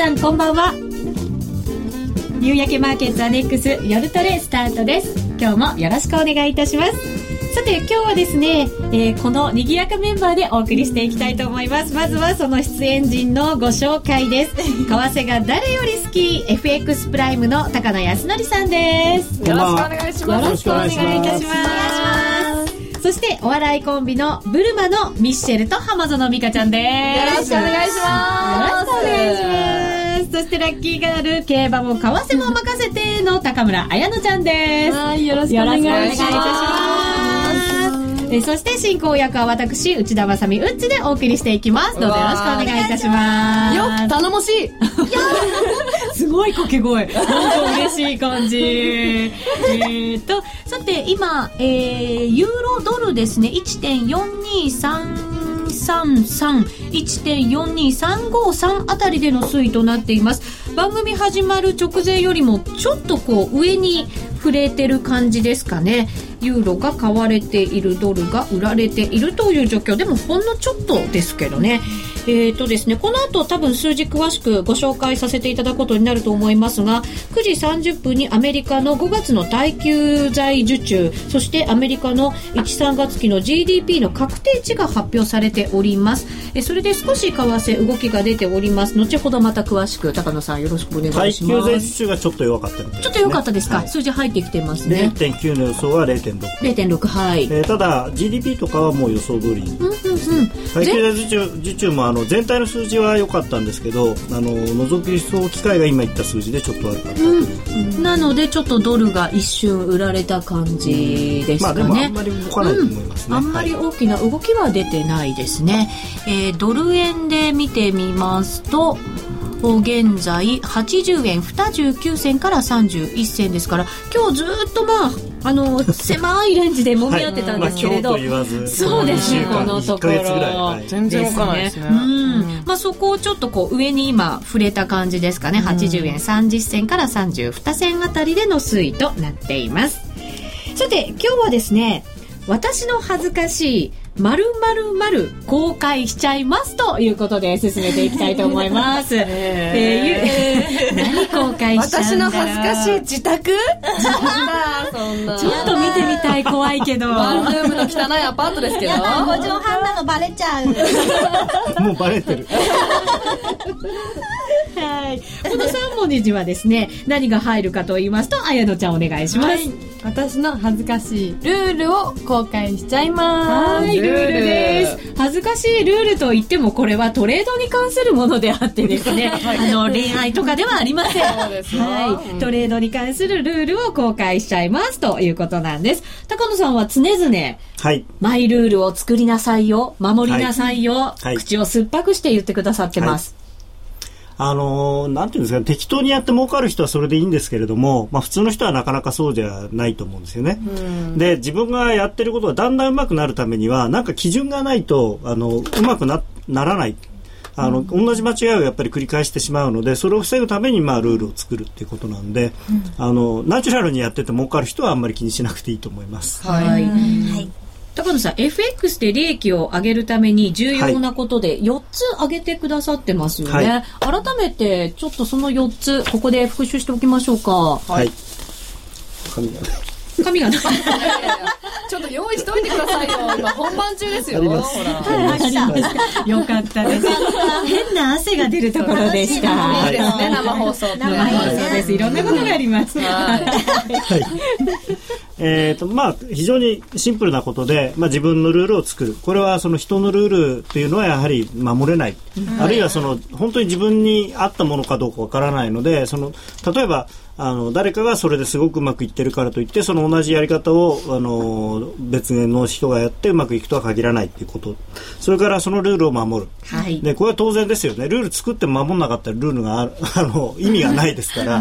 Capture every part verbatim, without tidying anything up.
さんこんばんは。夕焼けマーケットアネックス夜トレスタートです。今日もよろしくお願いいたします。さて今日はですね、えー、この賑やかメンバーでお送りしていきたいと思います。まずはその出演陣のご紹介です。為替が誰より好き エフエックス プライムの高野康則さんです。 よろしくお願いします。 よろしくお願いいたします。そしてお笑いコンビのブルマのミッシェルと浜園美香ちゃんです。 よろしくお願いします。 よろしくお願いします。そしてラッキーガール競馬も為替も任せての高村彩乃ちゃんです。 はい、よろしくお願いします。 よろしくお願いいたします。えそして進行役は私内田まさみうっちでお送りしていきます。どうぞよろしくお願いいたします。 よっ頼もしいすごい掛け声、本当嬉しい感じ。えーとさて今、えー、ユーロドルですね いちてんよんにさんさんさん いちてんよんにさんごさん あたりでの推移となっています。番組始まる直前よりもちょっとこう上に触れてる感じですかね。ユーロが買われている、ドルが売られているという状況でもほんのちょっとですけどね。えーとですね、この後多分数字詳しくご紹介させていただくことになると思いますが、くじさんじゅっぷんにアメリカのごがつの耐久財受注、そしてアメリカのいちさんがつ期の ジーディーピー の確定値が発表されております。えそれで少し為替動きが出ております。後ほどまた詳しく高野さんよろしくお願いします。 耐久財受注がちょっと弱かったみたいですね。 ちょっと弱かったですか、 はい、 数字入ってきてますね。 れいてんきゅう の予想は れいてんろくれいてんろく、はい、 えー、ただ ジーディーピー とかはもう予想通りですね、 うんうんうん、 耐久財受注、受注もあの全体の数字は良かったんですけど、あの覗きそう機会が今言った数字でちょっと悪かったという、 うん、なのでちょっとドルが一瞬売られた感じですかね、 まあ、でもあんまり動かないと思いますね、 うん、あんまり大きな動きは出てないですね、はい。えー、ドル円で見てみますと現在はちじゅうえんにじゅうきゅうせんからさんじゅういっせんですから、今日ずっとまああの狭いレンジで揉み合ってたんですけれど、 はい、まあ、今日と言わずそうですね、このところいっかげつぐらい、はい、 全然動かないですね。 うん、まあ、そこをちょっとこう上に今触れた感じですかね。はちじゅうえんさんじゅっせんからさんじゅうにせんあたりでの推移となっています。さて今日はですね、私の恥ずかしい〇〇〇公開しちゃいますということで進めていきたいと思います。えー、何公開しちゃうんだろう。 私の恥ずかしい自宅そんなちょっと見てみたい、怖いけどワンルームの汚いアパートですけど、 ご畳半なのバレちゃうもうバレてるはい、このさん文字はですね、何が入るかと言いますと、綾乃ちゃんお願いします。はい、 私の恥ずかしいルールを公開しちゃいます。 はい、ルールです。恥ずかしいルールといってもこれはトレードに関するものであってですね、あの恋愛とかではありません。 そうですよ、 はい、トレードに関するルールを公開しちゃいますということなんです。高野さんは常々、はい、マイルールを作りなさいよ、守りなさいよ、はいはい、口を酸っぱくして言ってくださってます。はい、 あのー、なんていうんですか、適当にやって儲かる人はそれでいいんですけれども、まあ、普通の人はなかなかそうじゃないと思うんですよね。で、自分がやってることがだんだん上手くなるためにはなんか基準がないとあのうまく な, ならないあの、うん、同じ間違いをやっぱり繰り返してしまうので、それを防ぐためにまあルールを作るっていうことなんで、うん、あのナチュラルにやってて儲かる人はあんまり気にしなくていいと思います。 はい、はい、高野さん エフエックス で利益を上げるために重要なことでよっつ挙げてくださってますよね、はい、改めてちょっとそのよっつここで復習しておきましょうか。 はい、紙がない紙がないちょっと用意しといてくださいよ、今本番中ですよ。 あります、 ほらありました。よかったです。変な汗が出るところでした。 いいですね、生放送。 生放送です。いろんなことがあります。はい。 えーとまあ、非常にシンプルなことで、まあ、自分のルールを作る。これはその人のルールというのはやはり守れない、はい、あるいはその本当に自分に合ったものかどうかわからないので、その例えばあの誰かがそれですごくうまくいってるからといってその同じやり方をあの別の人がやってうまくいくとは限らないということ、それからそのルールを守る、はい、でこれは当然ですよね。ルール作っても守らなかったらルールがあるあの意味がないですから、は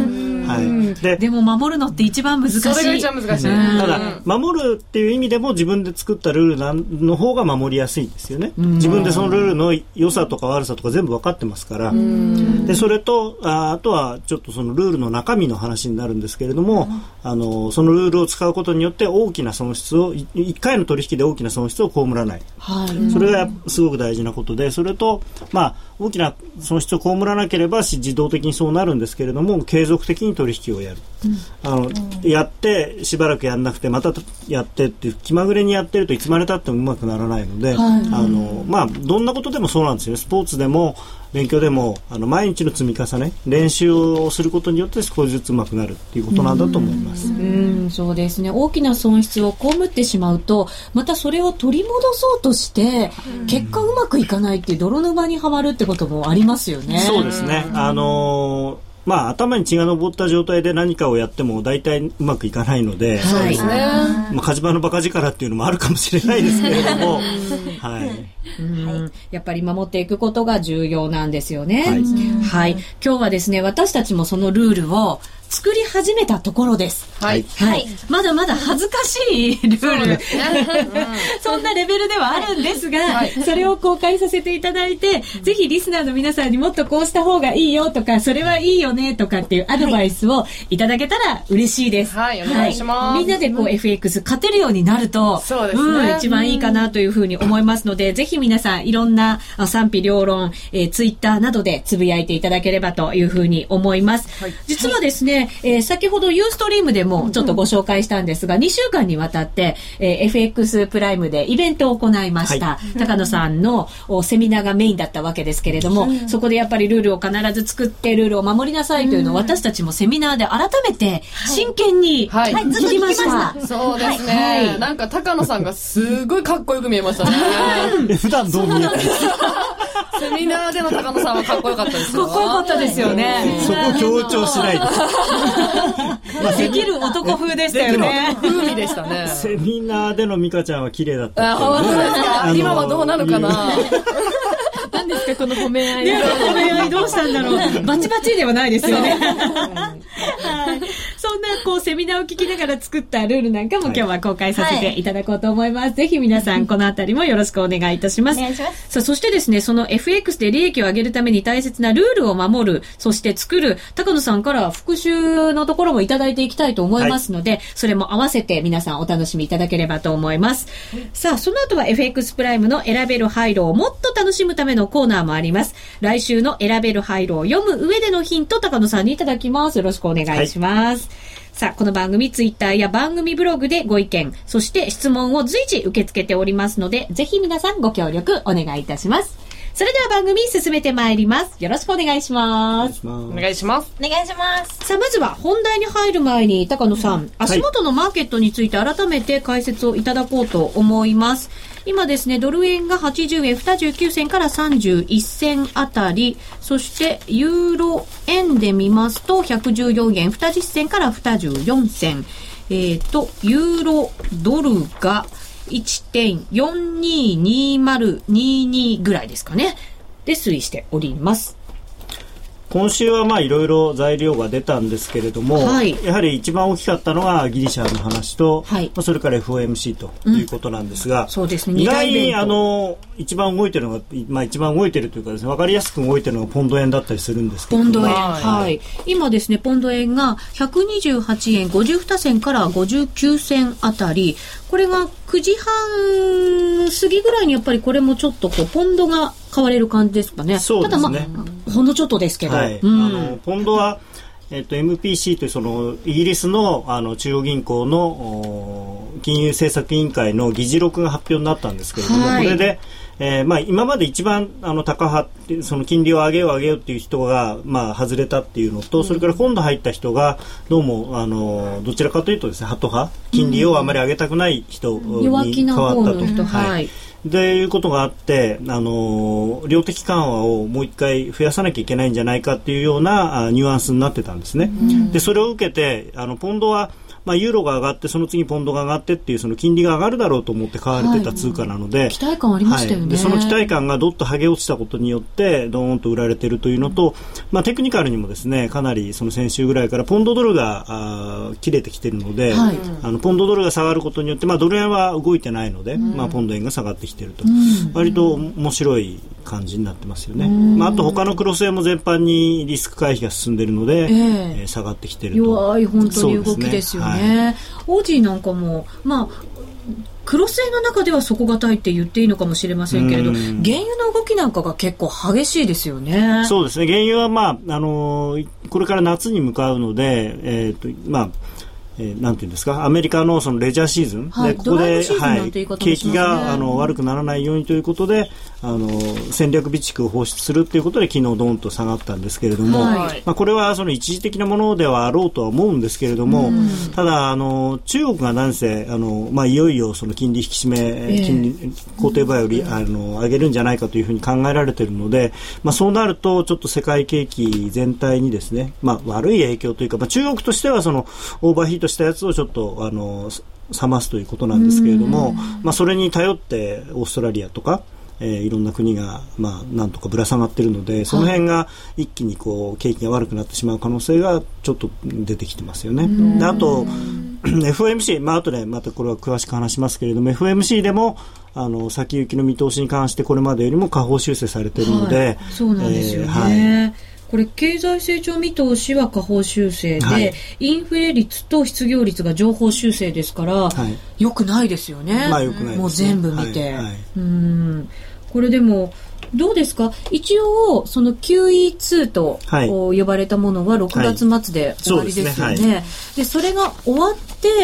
はい、で, でも守るのって一番難しい。 それが一番難しい、 うん、ただ守るっていう意味でも自分で作ったルールの方が守りやすいんですよね。自分でそのルールの良さとか悪さとか全部分かってますから。でそれと あ, あとはちょっとそのルールの中身の話になるんですけれども、あのそのルールを使うことによって大きな損失をいっかいの取引で大きな損失を被らない、はい、それがすごく大事なことで、それと、まあ、大きな損失を被らなければ自動的にそうなるんですけれども、継続的に取引をやる、うん、あのやってしばらくやんなくてまたやってって気まぐれにやってるといつまでたってもうまくならないので、はい、あのまあ、どんなことでもそうなんですよね。スポーツでも勉強でもあの毎日の積み重ね、練習をすることによって少しずつ上手くなるっていうことなんだと思います。 うん、うん、そうですね。大きな損失を被ってしまうとまたそれを取り戻そうとして結果うまくいかないっていう泥沼にはまるってこともありますよね。 そうですね。あのーまあ、頭に血が上った状態で何かをやっても大体うまくいかないので、 そうですね。 まあ、火事場のバカ力っていうのもあるかもしれないですけれども、はい、 うん、やっぱり守っていくことが重要なんですよね。はい、はい、今日はですね、私たちもそのルールを作り始めたところです。はい。はい。まだまだ恥ずかしいルール。そんなレベルではあるんですが、はい、それを公開させていただいて、ぜひリスナーの皆さんにもっとこうした方がいいよとか、それはいいよねとかっていうアドバイスをいただけたら嬉しいです。 はい、お願いします。はい、 みんなでこう エフエックス 勝てるようになると、 そうですね。 うん、一番いいかなというふうに思いますので、ぜひ皆さんいろんな賛否両論、えー、ツイッターなどでつぶやいていただければというふうに思います。はい、実はですね、えー、先ほどユーストリームでもちょっとご紹介したんですが、うん、にしゅうかんにわたって、えー、エフエックス プライムでイベントを行いました、はい、高野さんのセミナーがメインだったわけですけれども、うん、そこでやっぱりルールを必ず作ってルールを守りなさいというのを私たちもセミナーで改めて真剣に聞きました、はいはい、 そうですね、はい、なんか高野さんがすごいかっこよく見えましたね普段どう見えたんですかセミナーでの高野さんはかっこよかったですよ。 かっこよかったですよね。 そこ強調しないでまあ、できる男風でしたよね。 風味でしたね。 セミナーでの美香ちゃんは綺麗だった。 あ、本当ですか。今はどうなのかな。 何ですかこの褒め合い、 ね、褒め合いどうしたんだろう。バチバチではないですよね、はい、そんなこうセミナーを聞きながら作ったルールなんかも今日は公開させていただこうと思います、はい、ぜひ皆さんこのあたりもよろしくお願いいたします。お願いします。さあ、そしてですね、その エフエックス で利益を上げるために大切なルールを守る、そして作る、高野さんから復習のところもいただいていきたいと思いますので、はい、それも合わせて皆さんお楽しみいただければと思います、はい、さあ、その後は エフエックス プライムの選べる廃炉をもっと楽しむためのコーナーもあります。来週の選べる廃炉を読む上でのヒント、高野さんにいただきます。よろしくお願いします、はい。さあ、この番組ツイッターや番組ブログでご意見、そして質問を随時受け付けておりますので、ぜひ皆さんご協力お願いいたします。それでは番組進めてまいります。よろしくお願いします。 お願いします。 お願いします。 さあ、まずは本題に入る前に高野さん、うん、足元のマーケットについて改めて解説をいただこうと思います。今ですね、ドル円がはちじゅうえんにじゅうきゅうせんからさんじゅういっせんあたり、そしてユーロ円で見ますとひゃくじゅうよんえんにじゅっせんからにじゅうよんせん、えーとユーロドルが いってんよんににまるにに ぐらいですかね、で推移しております。 今週はまあいろいろ材料が出たんですけれども、はい、やはり一番大きかったのはギリシャの話と、はい、まあ、それから エフオーエムシー ということなんですが、うん、 そうですね、 意外にあの一番動いてるのが、まあ、一番動いてるというかですね、分かりやすく動いてるのがポンド円だったりするんですけど、 ポンド円、はいはい、今ですね、ポンド円がひゃくにじゅうはちえんごじゅうにせんからごじゅうきゅうせんあたり、これがくじはん過ぎぐらいにやっぱりこれもちょっとこうポンドが買われる感じですかね。 そうですね。ただまあほんのちょっとですけど、 はい、うん、あのポンドは、えっと、エムピーシー というそのイギリスの、あの中央銀行の金融政策委員会の議事録が発表になったんですけれども、はい、これで、えーまあ、今まで一番あの高派ってその金利を上げよう上げようっていう人が、まあ、外れたっていうのと、それから今度入った人がどうもあのどちらかというとですね、ハト派、金利をあまり上げたくない人に変わったと、 人、はい、 でいうことがあって、あの量的緩和をもう一回増やさなきゃいけないんじゃないかっていうようなあニュアンスになってたんですね、うん、でそれを受けてあのポンドはまあ、ユーロが上がってその次ポンドが上がってっていうその金利が上がるだろうと思って買われてた通貨なので、はい、 期待感ありましたよね、 はい、でその期待感がどっと剥げ落ちたことによってドーンと売られているというのと、まあ、テクニカルにもですねかなりその先週ぐらいからポンドドルがあ切れてきているので、はい、あのポンドドルが下がることによって、まあ、ドル円は動いてないので、うんまあ、ポンド円が下がってきていると、うん、割と面白い感じになってますよね、まあ、あと他のクロス円も全般にリスク回避が進んでいるので、えーえー、下がってきていると弱い本当に動きですよね。オージーなんかもまあクロス円の中では底堅いって言っていいのかもしれませんけれど、原油の動きなんかが結構激しいですよね。 そうですね。原油は、まああのー、これから夏に向かうので、えーとまあえー、なんていうんですか、アメリカ の, そのレジャーシーズン、 はい、 でここで、はい、 景気があの悪くならないようにということであの戦略備蓄を放出するということで昨日ドーンと下がったんですけれども、はいまあ、これはその一時的なものではあろうとは思うんですけれども、ただあの中国が何せあの、まあ、いよいよその金利引き締め、えー、金利公定売よりあの上げるんじゃないかというふうに考えられているので、まあ、そうなるとちょっと世界景気全体にですね、まあ、悪い影響というか、まあ、中国としてはそのオーバーヒートしたやつをちょっとあの冷ますということなんですけれども、まあ、それに頼ってオーストラリアとかえー、いろんな国が、まあ、なんとかぶら下がっているのでその辺が一気にこう景気が悪くなってしまう可能性がちょっと出てきてますよね。であとエフオーエムシー、まあ後でまたこれは詳しく話しますけれども エフオーエムシー でもあの先行きの見通しに関してこれまでよりも下方修正されているので、はい、 そうなんですよね、えーはいこれ経済成長見通しは下方修正で、はい、インフレ率と失業率が上方修正ですから、はい、よくないですよね。 まあ良くないですね。 もう全部見て、 はいはい、 うんこれでもどうですか。一応その キューイーツー と、はい、呼ばれたものはろくがつ末で終わりですよね。はい、そ, で、ねはい、でそれが終わって、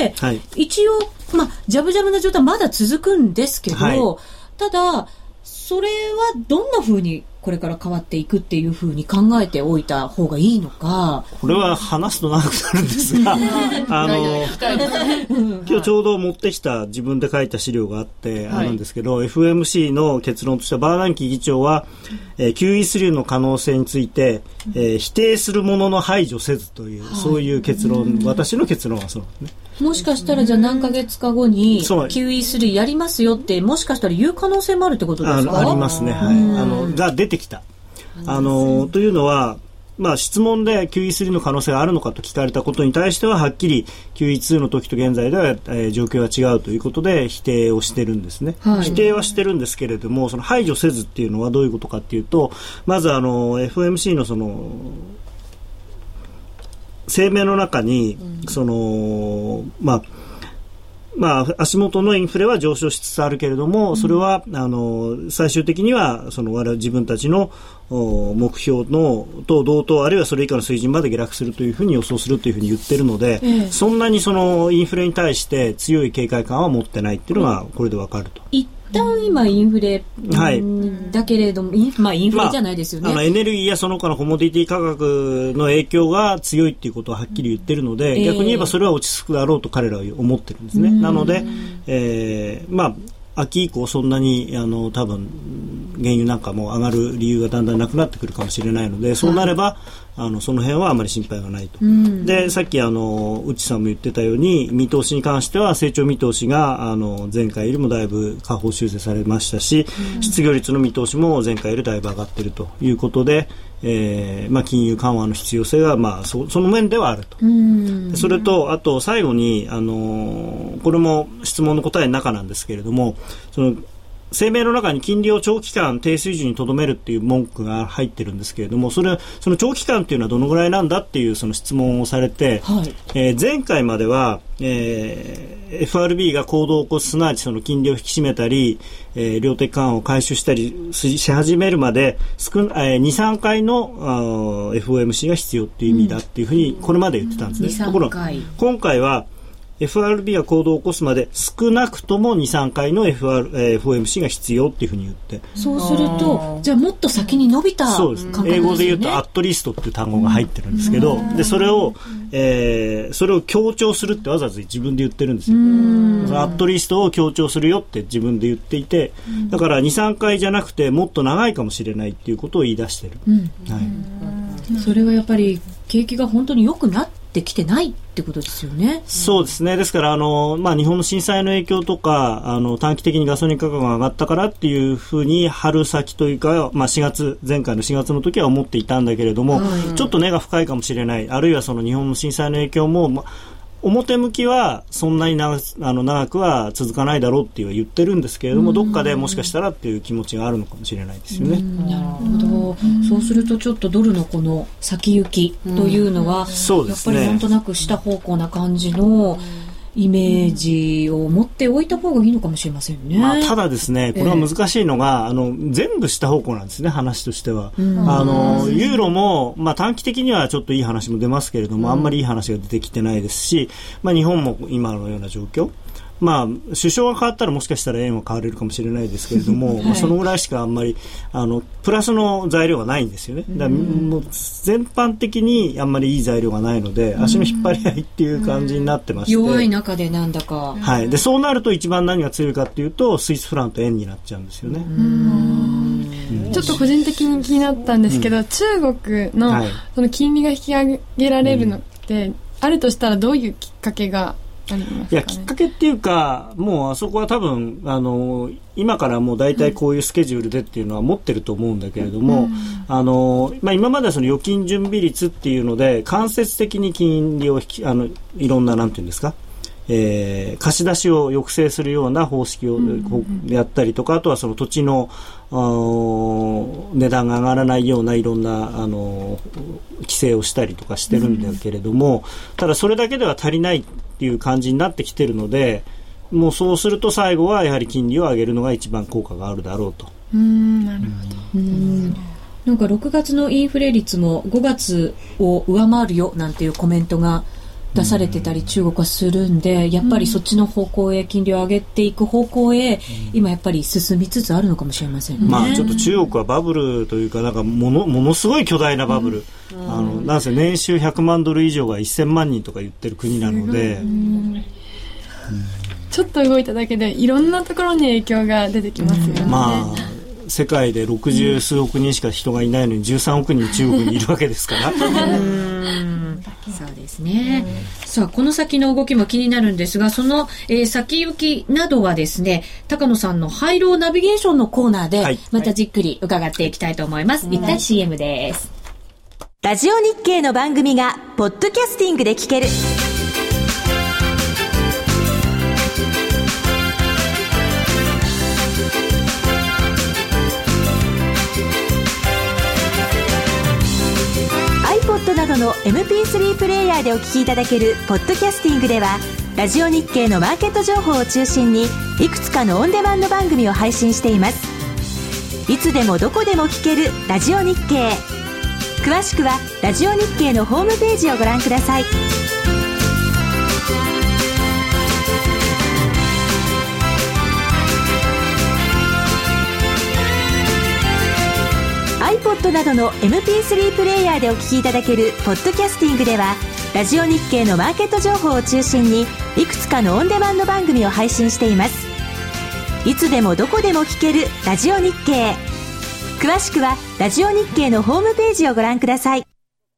はい、一応まあジャブジャブな状態まだ続くんですけど、はい、ただそれはどんな風にこれから変わっていくっていう風に考えておいた方がいいのか。 これは話すと長くなるんですがあの今日ちょうど持ってきた自分で書いた資料があって、はい、あるんですけど エフオーエムシー の結論としてはバーナンキ議長は、えー、キューイースリー の可能性について、えー、否定するものの排除せずという、はい、そういう結論、私の結論はそうですね。 もしかしたらじゃあ何ヶ月か後に キューイースリー やりますよってもしかしたら言う可能性もあるってことですか。 あ, ありますね、はい、あのが出てきたあのというのは、まあ、質問で キューイースリー の可能性があるのかと聞かれたことに対してははっきり キューイーツー の時と現在では、えー、状況が違うということで否定をしてるんですね、はい、否定はしてるんですけれどもその排除せずっていうのはどういうことかっていうとまずあの エフオーエムシー のその声明の中に、うん、そのまあまあ、足元のインフレは上昇しつつあるけれども、それは、うん、あの最終的にはその我々自分たちの目標のと同等あるいはそれ以下の水準まで下落するというふうに予想するというふうに言っているので、ええ、そんなにそのインフレに対して強い警戒感は持ってないっていうのがこれでわかると。 一旦今インフレ、はい、だけれども、まあ、インフレじゃないですよね、まあ、 あのエネルギーやその他のコモディティ価格の影響が強いっていうことははっきり言ってるので、うん、逆に言えばそれは落ち着くだろうと彼らは思ってるんですね、うん、なので、えー、まあ秋以降そんなにあの多分原油なんかも上がる理由がだんだんなくなってくるかもしれないのでそうなれば、はい、あのその辺はあまり心配がないと、うん、でさっきあの内さんも言ってたように見通しに関しては成長見通しがあの前回よりもだいぶ下方修正されましたし、うん、失業率の見通しも前回よりだいぶ上がっているということで、えーまあ、金融緩和の必要性が、まあ、そ, その面ではあると、うん、それとあと最後にあのこれも質問の答えの中なんですけれどもその声明の中に金利を長期間低水準にとどめるっていう文句が入ってるんですけれどもそれその長期間っていうのはどのぐらいなんだっていうその質問をされて、はいえー、前回までは、えー、エフアールビー が行動を起こすすなわちその金利を引き締めたり、えー、量的緩和を回収したりし始めるまで少、えー、にさんかいの エフオーエムシー が必要っていう意味だっていうふうにこれまで言ってたんですね、うん、ところ今回はエフアールビー が行動を起こすまで少なくとも にさんかいの エフアール、エフオーエムシー が必要っていうふうに言ってそうするとじゃあもっと先に伸びた感覚ですよね。 英語で言うとアットリストっていう単語が入ってるんですけどでそれを、えー、それを強調するってわざわざ自分で言ってるんですよ。アットリストを強調するよって自分で言っていてだから にさんかいじゃなくてもっと長いかもしれないっていうことを言い出してる、うんはい、それはやっぱり景気が本当に良くなってきてないってことですよね。 そうですね。ですからあの、まあ、日本の震災の影響とかあの短期的にガソリン価格が上がったからっていうふうに春先というか、まあ、しがつ前回のしがつの時は思っていたんだけれども、はい、ちょっと根が深いかもしれない。あるいはその日本の震災の影響も、ま表向きはそんなに長あの長くは続かないだろうって言ってるんですけれども、どっかでもしかしたらっていう気持ちがあるのかもしれないですよね。 なるほど。そうするとちょっとドルのこの先行きというのは、 そうですね、 やっぱりなんとなく下方向な感じのイメージを持っておいた方がいいのかもしれませんね。 まあ、ただですね、これは難しいのが、えー、あの全部下方向なんですね、話としては。あのユーロも、まあ、短期的にはちょっといい話も出ますけれども、あんまりいい話が出てきてないですし、まあ、日本も今のような状況、まあ、首相が変わったらもしかしたら円は変われるかもしれないですけれども、はい、まあ、そのぐらいしかあんまりあのプラスの材料がないんですよね。だからもう全般的にあんまりいい材料がないので、足の引っ張り合いっていう感じになってまして、 弱い中でなんだか、 はい、でそうなると一番何が強いかっていうとスイスフランと円になっちゃうんですよね。うーん、ちょっと個人的に気になったんですけど、うん、中国 の,、はい、その金利が引き上げられるのって、うん、あるとしたらどういうきっかけがありますかね。 いや、きっかけっていうか、もうあそこは多分あの今からもう大体こういうスケジュールでっていうのは持ってると思うんだけれども、うん、あのまあ、今まではその預金準備率っていうので間接的に金利を引きあのいろんななんていうんですか、えー、貸し出しを抑制するような方式をやったりとか、あとはその土地の値段が上がらないようないろんなあの規制をしたりとかしてるんだけれども、ただそれだけでは足りないっていう感じになってきてるので、もうそうすると最後はやはり金利を上げるのが一番効果があるだろうと。 うーん、なるほど。 うーん、なんかろくがつのインフレ率もごがつを上回るよなんていうコメントが出されてたり中国はするんで、やっぱりそっちの方向へ金利を上げていく方向へ今やっぱり進みつつあるのかもしれませんね。 まあ、ちょっと中国はバブルというか、なんかもの、ものすごい巨大なバブル、うん、あのなんせ年収ひゃくまんドル以上がせんまんにんとか言ってる国なので、うん、 ちょっと動いただけでいろんなところに影響が出てきますよね。 まあ世界でろくじゅうすうおくにんしか人がいないのにじゅうさんおくにん中国にいるわけですから。うーん、そうですね。さあ、この先の動きも気になるんですが、その、えー、先行きなどはですね、高野さんのハイローナビゲーションのコーナーでまたじっくり伺っていきたいと思います。はい、一旦 シーエム です。 ラジオ日経の番組がポッドキャスティングで聞ける。iPod などの エムピースリー プレイヤーでお聞きいただけるポッドキャスティングでは、ラジオ日経のマーケット情報を中心にいくつかのオンデマンド番組を配信しています。いつでもどこでも聞けるラジオ日経。詳しくはラジオ日経のホームページをご覧ください。iPod などの エムピースリー プレイヤーでお聞きいただけるポッドキャスティングでは、ラジオ日経のマーケット情報を中心にいくつかのオンデマンド番組を配信しています。いつでもどこでも聞けるラジオ日経。詳しくはラジオ日経のホームページをご覧ください。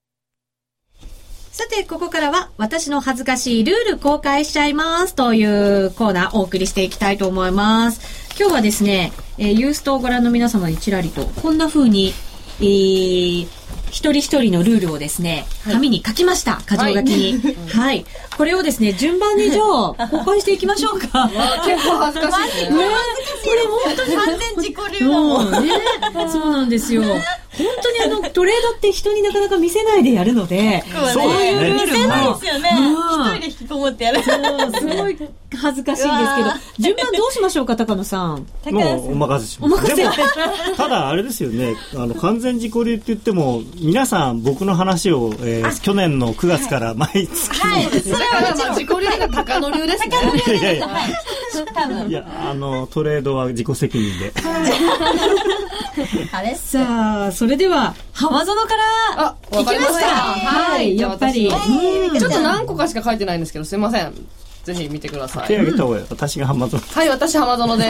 さて、ここからは私の恥ずかしいルール公開しちゃいますというコーナーをお送りしていきたいと思います。今日はですね、えー、ユーストをご覧の皆様にちらりとこんな風に、えー、一人一人のルールをですね、紙に書きました。箇条書きに。はい。はい、これをですね、順番にじゃあ、公開していきましょうか。 結構恥ずかしいですね。ね、 これ本当に完全自己流だもんね。そうなんですよ。本当にあのトレードって人になかなか見せないでやるので、 そういうルールも見せないですよね。一、 うん、 人で引きこもってやる。 そう、すごい恥ずかしいんですけど、順番どうしましょうか、高野さん。 もうお任せします。お任せ。でもただあれですよね、あの完全自己流って言っても皆さん僕の話を、えー、去年のくがつから毎月、 はい、はい、それはまあ自己流が高野流ですね。 いやいや、はい、多分いやあのトレードは自己責任で。 あれさあ、それでは浜園からあ、わかりました。 はい、やっぱり、 ちょっと何個かしか書いてないんですけど、すいません。 ぜひ見てください。 手挙げた方がいい。私が浜園。 はい、私浜園です。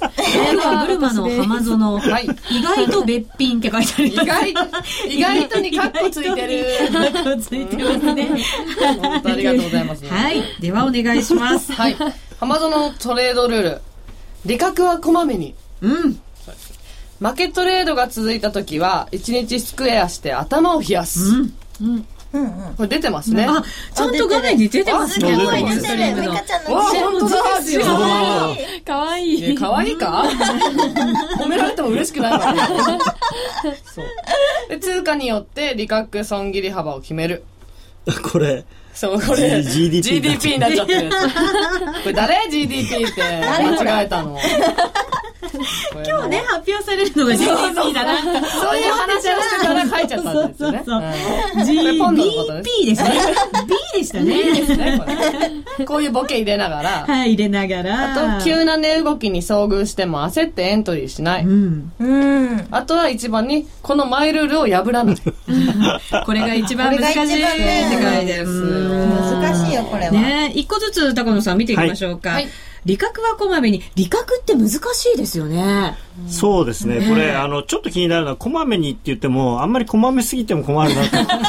えー、ブルマの浜園。 はい。 意外と別品って書いてある。 意外と、意外とにカッコついてる。 カッコついてますね。 本当ありがとうございます。 はい。ではお願いします。 はい。浜園のトレードルール。利確はこまめに。 うん。 負けトレードが続いた時は、一日スクエアして頭を冷やす。うん。うんうんうん、 これ出てますね。 あ、ちゃんと画面に出てますね。 すごい出てる。ミカちゃんの写真もそうですよ。 かわいい。 かわいいか褒められても嬉しくないわね。そう。で、通貨によって利確損切り幅を決める。 これ。 そう、これ。 ジーディーピージーディーピー になっちゃってるやつ。これ誰 ジーディーピー って間違えたの。 今日ね、発表されるのが ジーディーピー だな。 そういう話をしてたら書いちゃったんですよね。 そうそうそう。ジーディーピー ですね。B でしたね。 B ですね、これ。こういうボケ入れながら。 はい、入れながら。 あと、急な値動きに遭遇しても焦ってエントリーしない。うん。 うん。 あとは一番に、このマイルールを破らない。 これが一番難しいって書いてる。 難しいよ、これは。 ね、一個ずつ高野さん見ていきましょうか。はい。利確はこまめに、利確って難しいですよね。 そうですね。これ、あの、ちょっと気になるのは、こまめにって言っても、あんまりこまめすぎても困るな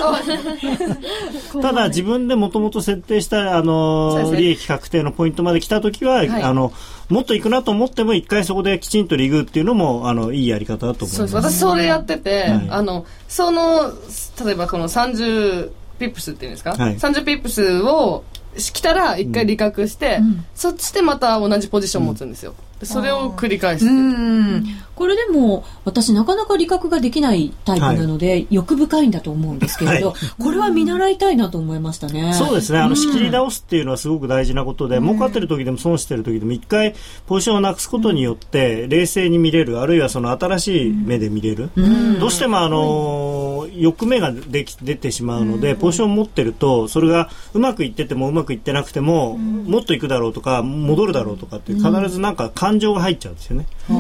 と。ただ、自分でもともと設定した、あの、利益確定のポイントまで来たときは、はい、あの、もっといくなと思っても、一回そこできちんと利食うっていうのも、あの、いいやり方だと思います。 そうです。私、それやってて、はい、あの、その、例えばこのさんじゅうピップスっていうんですか、はい、さんじゅうピップスを、来たら一回利確して、うん、そしてまた同じポジション持つんですよ。うん、それを繰り返す。 うんこれでも私なかなか利確ができないタイプなので、はい、欲深いんだと思うんですけれど、はい、これは見習いたいなと思いましたね。 そうですね。あの仕切り直すっていうのはすごく大事なことで、うん、儲かってる時でも損してる時でも一回ポジションをなくすことによって冷静に見れる、あるいはその新しい目で見れる。うん、どうしてもあのー、欲目ができ出てしまうので、うん、ポジションを持ってるとそれがうまくいっててもうまくいってなくても、うん、もっといくだろうとか戻るだろうとかって必ずなんか感情が入っちゃうんですよね。うん、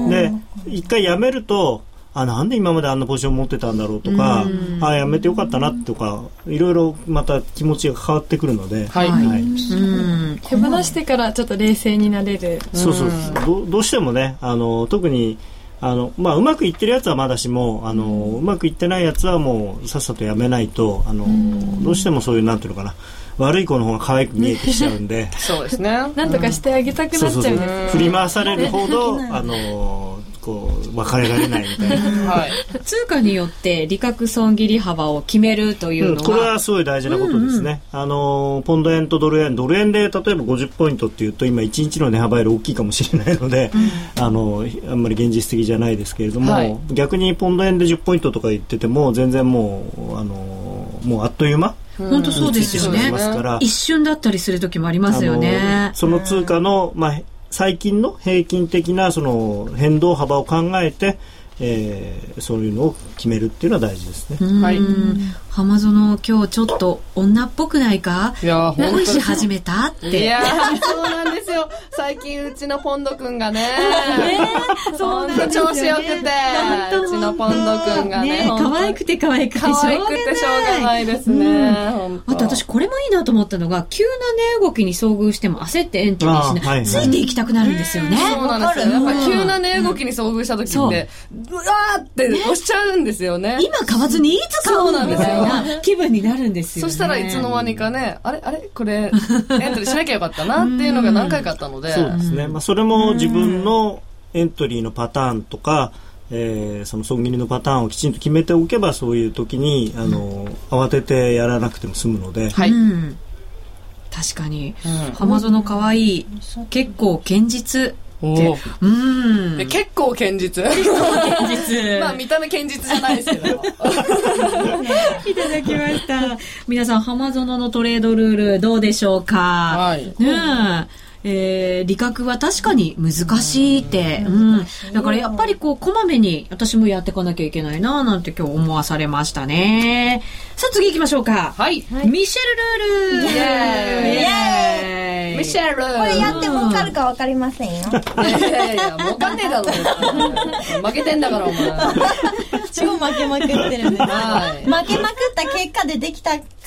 で一回やめるとあなんで今まであんなポジション持ってたんだろうとか、うん、あやめてよかったなとかいろいろまた気持ちが変わってくるので、 はいはい、 うん、手放してからちょっと冷静になれる。 そうそう、ど, どうしてもねあの特にあの、まあ、うまくいってるやつはまだしもあの、うん、うまくいってないやつはもうさっさとやめないとあの、うん、どうしてもそういうなんていうのかな悪い子の方が可愛く見えてきちゃうんでそうですねなんとかしてあげたくなっちゃうんです、うん、そうそう振り回されるほどあのこう別れられないみたいな、 はい、通貨によって利確損切り幅を決めるというのは、うん、 これはすごい大事なことですね、うんうん、あのポンド円とドル円ドル円で例えばごじゅっポイントっていうと今いちにちの値幅より大きいかもしれないので、うん、あのあんまり現実的じゃないですけれども、はい、逆にポンド円でじゅっポイントとか言ってても全然もうあのもうあっという間本当そうですよね。一瞬だったりする時もありますよね。 その通貨の、まあ、最近の平均的なその変動幅を考えて、えー、そういうのを決めるっていうのは大事ですね。 はい。浜園今日ちょっと女っぽくないか？ いや恋し始めたって。 いやそうなんですよ。最近うちのポンドくんがね、 ねそうなんですよね、 調子よくてうちのポンドくんがね、 ね可愛くて可愛くてしょうがない。 可愛くてしょうがないですね。うん、 あと私これもいいなと思ったのが急な値動きに遭遇しても焦ってエントリーしない、はいはい、ついていきたくなるんですよね。 そうなんですよ。やっぱり急な値動きに遭遇した時って、うわーって押しちゃうんですよね。 今買わずにいつ買うのみたいな気分になるんですよね。 そしたらいつの間にかね、あれあれこれエントリーしなきゃよかったなっていうのが何回かあったので、 そうですね。まあそれも自分のエントリーのパターンとか、えー、その損切りのパターンをきちんと決めておけばそういう時にあの慌ててやらなくても済むので。 はい。うん、確かに、うん、浜園かわいい、結構堅実。 おうん結構堅実結構堅実まあ見た目堅実じゃないですけどいただきました皆さん浜園のトレードルールどうでしょうか、 はい、 ねええー、利確は確かに難しいって、うん、だからやっぱりこうこまめに私もやっていかなきゃいけないななんて今日思わされましたね。さあ次行きましょうか。 はい、 はい、ミシェルルールイエーイイエーイミシェルこれやって儲かるか分かりませんよ。 いやいやいや儲かんねえだろ負けてんだからお前超負けまくってるんで、はい、負けまくった結果でできた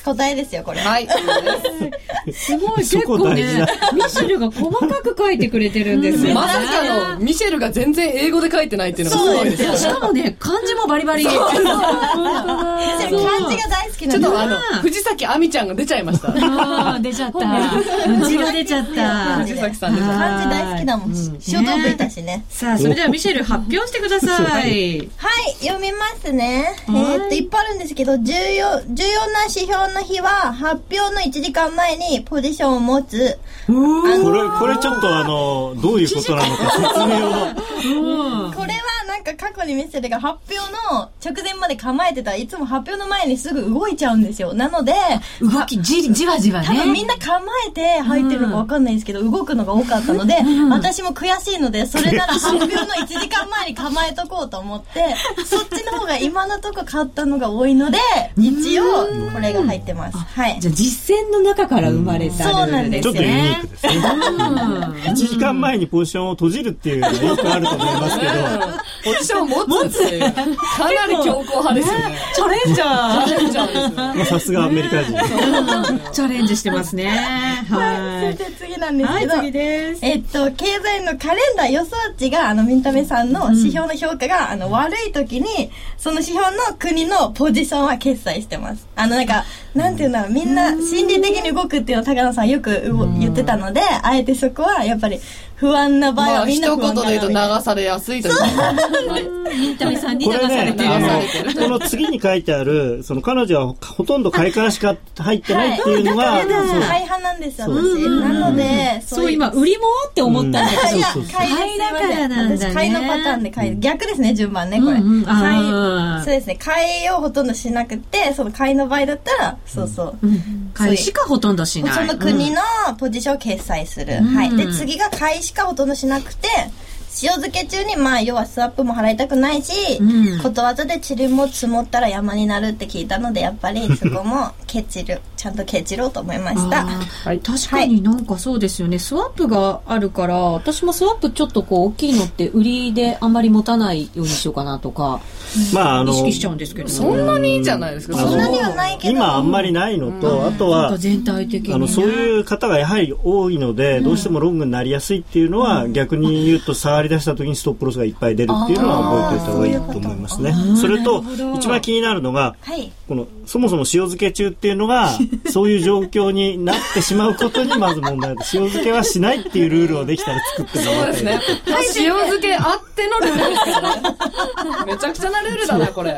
答えですよ、これ。 はい。 すごい、結構ね、ミシェルが細かく書いてくれてるんですよ。 まさかの、ミシェルが全然英語で書いてないっていうのがすごいですよ。 しかもね、漢字もバリバリ。 漢字が大好きなんで。 ちょっとあの、藤崎亜美ちゃんが出ちゃいました。 ああ、出ちゃった。字が出ちゃった。 藤崎さん出ちゃった。 漢字大好きだもん。書道部いたしね。 さあ、それではミシェル発表してください。はい、 読みますね。えーっと、いっぱいあるんですけど、重要、重要な指標の日は、発表のいちじかんまえにポジションを持つ。 これ、これちょっとあの、どういうことなのか説明を。 これはなんか過去にミシェルが発表の直前まで構えてたらいつも発表の前にすぐ動いちゃうんですよ。なので、 動き、じ、じわじわね。 多分みんな構えて入ってるのか分かんないですけど、動くのが多かったので、私も悔しいので、それなら発表のいちじかんまえに構えとこうと思って、そっちの方が今のとこ買ったのが多いので、一応これが入ってます。はい。 じゃあ実践の中から生まれたルールですね。 ちょっとユニークですね。いちじかんまえにポジションを閉じるっていうのはよくあると思いますけど、 ポジションを持つっていう、かなり強硬派ですよね。 チャレンジャー。 チャレンジャーですよ。 さすがアメリカ人。 チャレンジしてますね。 はい。そして次なんですけど、 はい、次です。 えっと、経済のカレンダー予想値が、あの、ミンタメさんの指標の評価が、あの、悪い時に、その指標の国のポジションは決済してます。あの、なんか、なんていうんだろう、みんな心理的に動くっていうのを高野さんよく言ってたので、あえてそこはやっぱり不安な場合はみんな不安まあ、一言で言うと流されやすいというか。 ミンタメさんに流されてる。 この次に書いてある、その彼女はほとんど買いからしか入ってないっていうのが、 はい、買い派なんですよ、私。なので、 そう、今、売り物って思ったんだけど、 いや、買いだからなんだね。私、買いのパターンで買い、逆ですね、順番ね、これ。 買い、そうですね、買いをほとんどしなくて、その買いの場合だったら、そうそう。 買いしかほとんどしない。 その国のポジションを決済する。はい。で、次が買いしかほとんどしなくて、塩漬け中に、まあ、要はスワップも払いたくないし、うん、ことわざで塵も積もったら山になるって聞いたので、やっぱりそこもケチる、ちゃんとケチろうと思いました。 はい、確かになんかそうですよね、スワップがあるから、私もスワップちょっとこう大きいのって売りであんまり持たないようにしようかなとか、まあ、あの意識しちゃうんですけど、 そんなにいいんじゃないですか。 そんなにはないけど。 今あんまりないのと、うん、あとは、 全体的に、ね、 あの、そういう方がやはり多いので、うん、どうしてもロングになりやすいっていうのは、うん、逆に言うと触り出した時にストップロスがいっぱい出るっていうのは覚えておいた方がいいと思いますね。それと一番気になるのが、はい、このそもそも塩漬け中っていうのがそういう状況になってしまうことにまず問題です。塩漬けはしないっていうルールをできたら作ってもらいたい。そうですね。 塩漬けあってのルールですからね。めちゃくちゃなルールだなこれ。で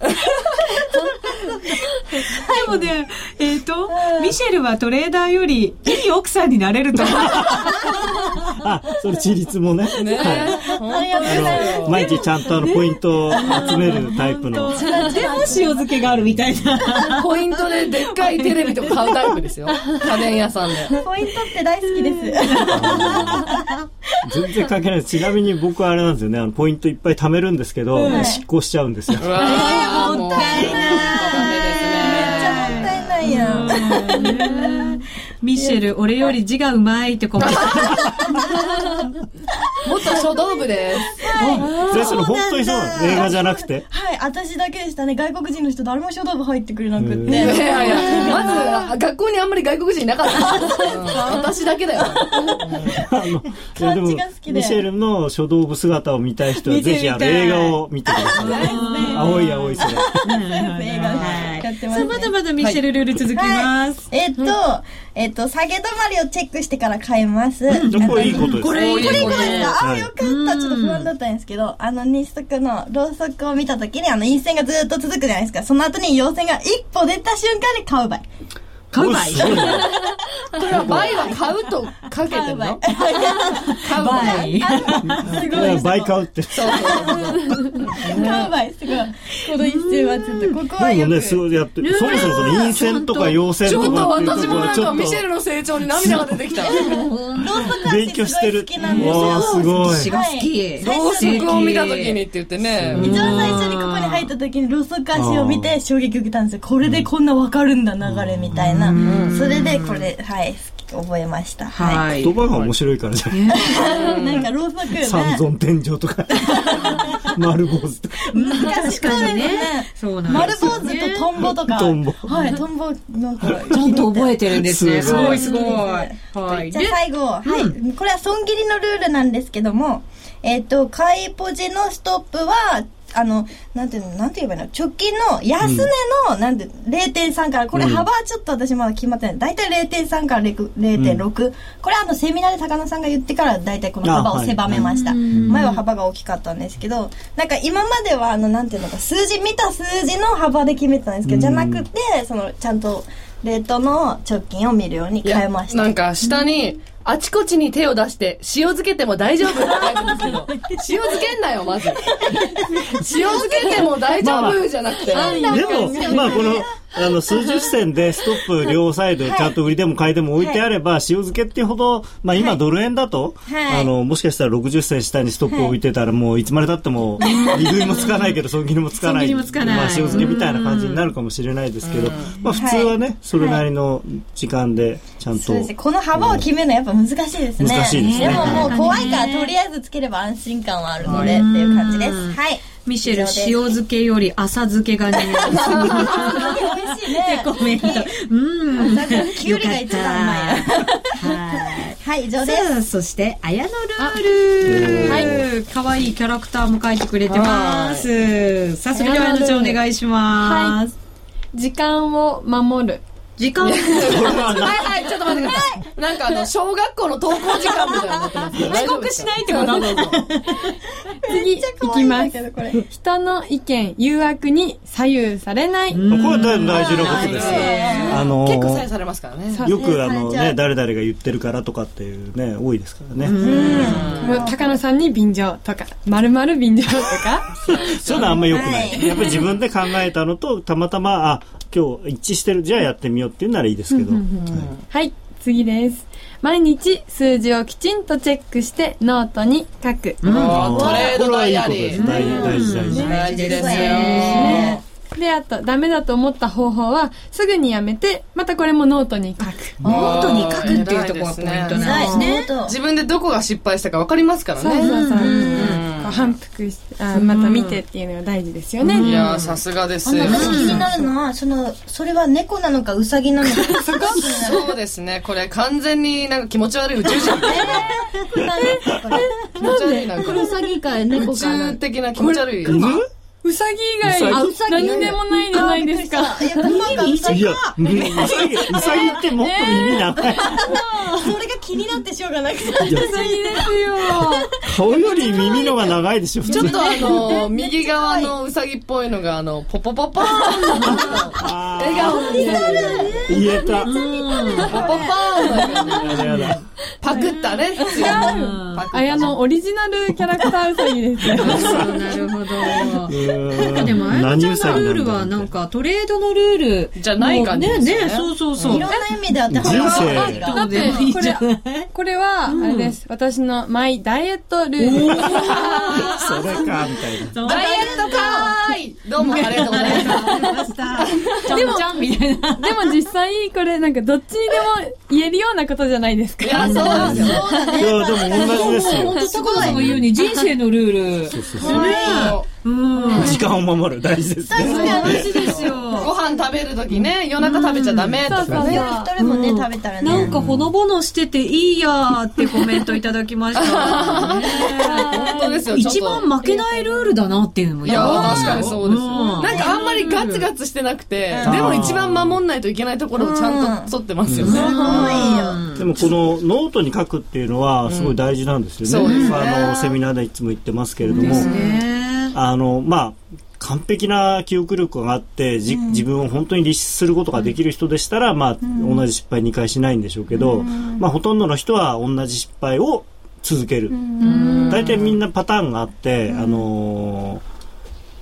もね、えっとミシェルはトレーダーよりいい奥さんになれると思う。 あ、それ自立もね。 ね、はい、 ありがとうございます。 毎日ちゃんとあのポイントを集めるタイプの。 でも塩漬けがあるみたいな。 ポイントででっかいテレビとか買うタイプですよ。家電屋さんで。 ポイントって大好きです。 全然関係ないです。ちなみに僕はあれなんですよね。あのポイントいっぱい貯めるんですけど、はい、執行しちゃうんですよ。 うわー、もったいない。 めっちゃもったいないやん。 ミシェル、俺より字がうまいってコメント。 元書道部です。 はい。それ本当にそうなの？映画じゃなくて？ はい、私だけでしたね。外国人の人誰も書道部入ってくれなくって。 いやいやいや、まず学校にあんまり外国人いなかった。うん、私だけだよ。 漢字が好きで。 ミシェルの書道部姿を見たい人はぜひあの映画を見てください。青い青い空。 映画やってますね。 まだまだミシェルルール続きます。 えっと、えっと、下げ止まりをチェックしてから買います。 これいいことです。 これいいことですか？あ、よかった。ちょっと不安だったんですけど、あの、日足のロウソクを見たときに、あの、陰線がずっと続くじゃないですか。その後に陽線が一歩出た瞬間に買う場合。 買う場合。 これは倍は買うとかけてるの？買う場合。 すごい。倍買うって。 そうそうそう。 買う場合、すごい。この一瞬はちょっと、ここはよく。 でもね、すごいやって、そもそもその陰線とか陽線とか。 ちょっと私もなんかミシェルの成長に涙が出てきた。 勉強してる。わあ、すごい。 私が好き。 ロウソクを見たときにって言ってね。 一番最初にここに入ったときにロウソク足を見て衝撃を受けたんですよ。これでこんなわかるんだ、流れみたいな。それでこれ、はい、好き覚えました。 はい。 言葉が面白いからじゃない。なんかろうそくね。 三尊天井とか丸坊主とか。 難しいですね。そうなんです。丸坊主とトンボとか。トンボ。はい、トンボなんかちゃんと覚えてるんですね。すごいすごい。 はい。じゃあ最後、はい。これは損切りのルールなんですけども、えっと買いポジのストップはあの、なんていうの、なんて言えばいいの、直近の安値の、うん、なんて、れいてんさん から、これ幅はちょっと私まだ決まってない。だいたい れいてんさん から れいてんろく、うん。これあの、セミナーで高野さんが言ってから、だいたいこの幅を狭めました。はい、前は幅が大きかったんですけど、なんか今までは、あの、なんていうのか、数字、見た数字の幅で決めてたんですけど、じゃなくて、その、ちゃんと、レートの直近を見るように変えました。 なんか、下に、あちこちに手を出して塩漬けても大丈夫って書いてるんですけど塩漬けんなよまず塩漬けても大丈夫じゃなくて、まあ、 でもまあこのあの数十銭でストップ両サイドちゃんと売りでも買いでも置いてあれば、はい、塩漬けっていうほど、まあ、今ドル円だと、はい、あのもしかしたらろくじゅっ銭下にストップを置いてたらもういつまでたっても利食いもつかないけど損切りもつかない、まあ、塩漬けみたいな感じになるかもしれないですけど、まあ、普通はね、はい、それなりの時間でちゃんと、 そうですね、この幅を決めるのはやっぱ難しいですね。 難しいですね。 でももう怖いからとりあえずつければ安心感はあるのでっていう感じです。はい。 ミシェル、塩漬けより浅漬けが似合う。 美味しいね。 コメント。うん。 きゅうりが一番うまい。はい。はい、以上です。 そして、綾野ルール。はい。可愛いキャラクターも書いてくれてます。さあ、それでは綾野ちゃんお願いします。 時間を守る。 時間はいはい、ちょっと待ってください。なんかあの、小学校の登校時間みたいになってますけど。 遅刻しないってこと次、いきます。人の意見、誘惑に左右されない。これは大事なことですよ。 あのー、結構左右されますからね。 よくあのね、誰々が言ってるからとかっていうね、多いですからね。 高野さんに便乗とか、まるまる便乗とか。 そういうのはあんま良くない。やっぱり自分で考えたのと、たまたま、あ、今日一致してる、じゃあやってみようっていうならいいですけど。 はい、次です。毎日数字をきちんとチェックしてノートに書く。 うん、トレードダイアリー。 大事大事大事。 大事ですよ。 で、あと、ダメだと思った方法は、すぐにやめて、またこれもノートに書く。 ノートに書くっていうところがポイントなんですね。 自分でどこが失敗したか分かりますからね。 そうそうそう。反復して、あ、また見てっていうのが大事ですよね。 いやー、さすがですよ。 私気になるのは、その、それは猫なのかウサギなのか。 そうですね。これ完全になんか気持ち悪い宇宙人。 えー、なんですかこれ。 気持ち悪いなんか。 ウサギか猫か。 宇宙的な気持ち悪い。 うさぎ以外、何でもないじゃないですか。 いや、うさぎ、うさぎってもっと耳長い。それが気になってしょうがなくて。うさぎですよ。 顔より耳のが長いでしょ。 ちょっとあの、右側のうさぎっぽいのが、あの、ポポポポーン笑顔になる。 言えた。 ポポポーンやだ。パクったね。 違う。あやのオリジナルキャラクターうさぎですよ。 なるほど。なんかでも、あやちゃんのルールはなんかトレードのルールじゃない感じですね。 ね、そうそうそう。 いろんな意味であって人生。 だってこれこれはあれです。私のマイダイエットルール。 それかみたいな。 ダイエットかーい。どうもありがとうございました。 でもでも実際これなんかどっちにでも言えるようなことじゃないですか。 いやそうですよ。 いやでも同じですよ。 本当高田さんが言うに人生のルール。 そうそうそう。時間を守る大事ですね。 大事ですよ。 ご飯食べるときね、夜中食べちゃダメとかね。 一人もね食べたらね。 なんかほのぼのしてていいやーってコメントいただきました。本当ですよ。 一番負けないルールだなっていうのも。 いや確かにそうです。なんかあんまりガツガツしてなくて、でも一番守んないといけないところをちゃんと沿ってますよね。 でもこのノートに書くっていうのはすごい大事なんですよね。あのセミナーでいつも言ってますけれども。あのまあ完璧な記憶力があってじ、うん、自分を本当に律することができる人でしたら、まあ、うん、同じ失敗にかいしないんでしょうけど、うん、まあ、ほとんどの人は同じ失敗を続ける。大体みんなパターンがあって、うん、あの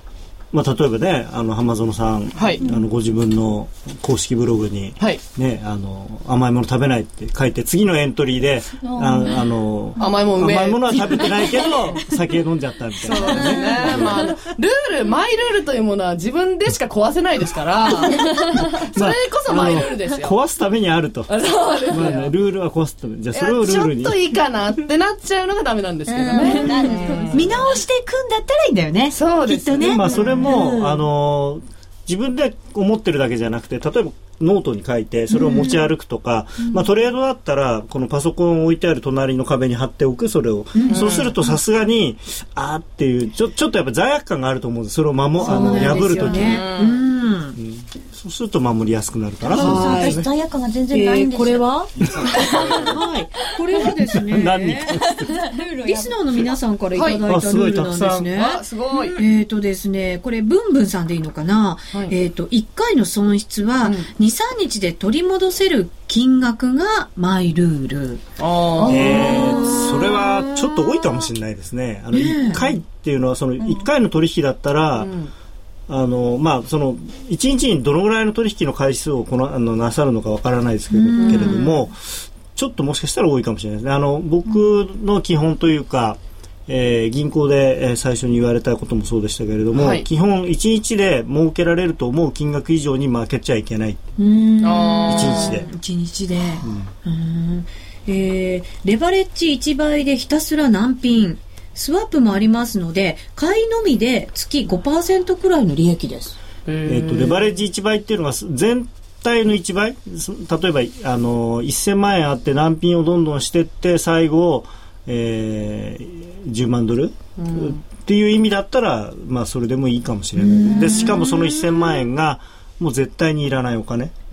まあ、例えばね、あの浜園さん、はい、あのご自分の公式ブログに、はい、ね、あの甘いもの食べないって書いて、次のエントリーでああの甘いもの甘いものは食べてないけど酒飲んじゃったみたいな、ね、 そうですね、まあ、ルールマイルールというものは自分でしか壊せないですからそれこそマイルールですよ、 まあ、壊すためにあると。そうですよ、まあね、ルールは壊すために、じゃあそれをルールにちょっといいかなってなっちゃうのがダメなんですけどね。 見直していくんだったらいいんだよね。 そうですね、 きっとね、 まあ、それも、うん、あの自分で思ってるだけじゃなくて、例えばノートに書いてそれを持ち歩くとか、うん、まあ、トレードだったらこのパソコンを置いてある隣の壁に貼っておく、それを、うん、そうするとさすがにあーっていうちょ、ちょっとやっぱ罪悪感があると思うんです。それを守あの破るときに、うんうん、そうすると守りやすくなるから。 そうですね、罪悪感が全然ないんですよ、 えー、これははい、これはですね何リスナーの皆さんからいただいたルールなんですね。 あ、すごい。 えーとですね、これブンブンさんでいいのかな、はい、えーといっかいの損失はにさんにちで取り戻せる金額がマイルール。 あ、えー、それはちょっと多いかもしれないですね。あのいっかいっていうのはそのいっかいの取引だったら、うん、あのまあ、そのいちにちにどのぐらいの取引の回数をこのあのなさるのかわからないですけれど、うん、けれども、ちょっともしかしたら多いかもしれないですね。あの僕の基本というか、えー、銀行で、えー、最初に言われたこともそうでしたけれども、はい、基本いちにちで儲けられると思う金額以上に負けちゃいけない。うーん、いちにちでいちにちで、うん、うーん、えー、レバレッジいちばいでひたすら難品、スワップもありますので買いのみで月 ごパーセント くらいの利益です。 えー、とレバレッジいちばいっていうのが全体のいちばい、例えばあのせんまんえんあって難品をどんどんしていって最後、えー、じゅうまんドル、うん、っていう意味だったら、まあ、それでもいいかもしれないで、しかもそのせんまんえんがもう絶対にいらないお金、うん、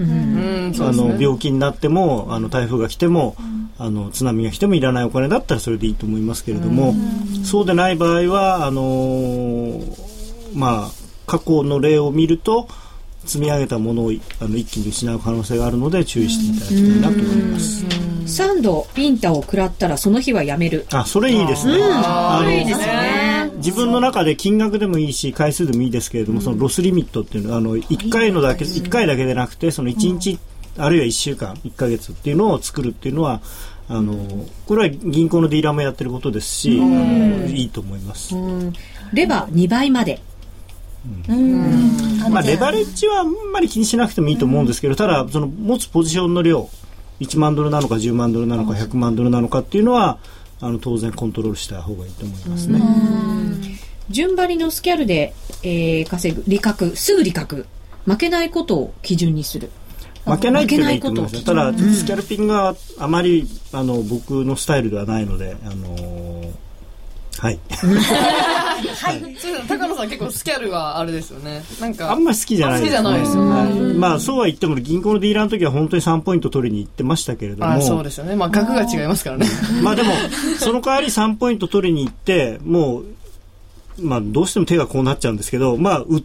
あの、ね、病気になってもあの台風が来ても、うん、あの津波が来てもいらないお金だったらそれでいいと思いますけれども、うん、そうでない場合はあのー、まあ過去の例を見ると積み上げたものをあの一気に失う可能性があるので注意していただきたいなと思います。 さんどビンタを食らったらその日はやめる。 あ、それいいですね。 ああ、いいですね。 自分の中で金額でもいいし回数でもいいですけれども、そのロスリミットっていうのはあのいっかいのだけ、いっかいだけでなくてそのいちにち、うん、あるいはいっしゅうかんいっかげつっていうのを作るっていうのはあのこれは銀行のディーラーもやってることですし、あのいいと思います。うん、 レバにばいまで、 うんうん、まあ、レバレッジはあんまり気にしなくてもいいと思うんですけど、ただその持つポジションの量いちまんドルなのかじゅうまんドルなのかひゃくまんドルなのかっていうのはあの当然コントロールした方がいいと思いますね。 順張りのスキャルで、えー、稼ぐ利確、すぐ利確、負けないことを基準にする。 負けないっていうのはいいと思います。ただ、うん、スキャルピングはあまりあの僕のスタイルではないので、あのー、はいはい、高野さん結構スキャルはあれですよね。なんかあんまり好きじゃないですね。好きじゃないですよね。はい、まあそうは言っても銀行のディーラーの時は本当にさんポイント取りに行ってましたけれども。 あ、そうですよね。まあ額が違いますからね。 まあでもその代わりさんポイント取りに行ってもうまあどうしても手がこうなっちゃうんですけど、まあ売って、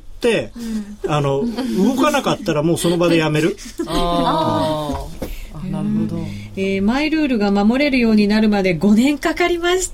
うん、あの動かなかったらもうその場でやめる。ああ、なるほど。 えー、マイルールが守れるようになるまでごねんかかりました。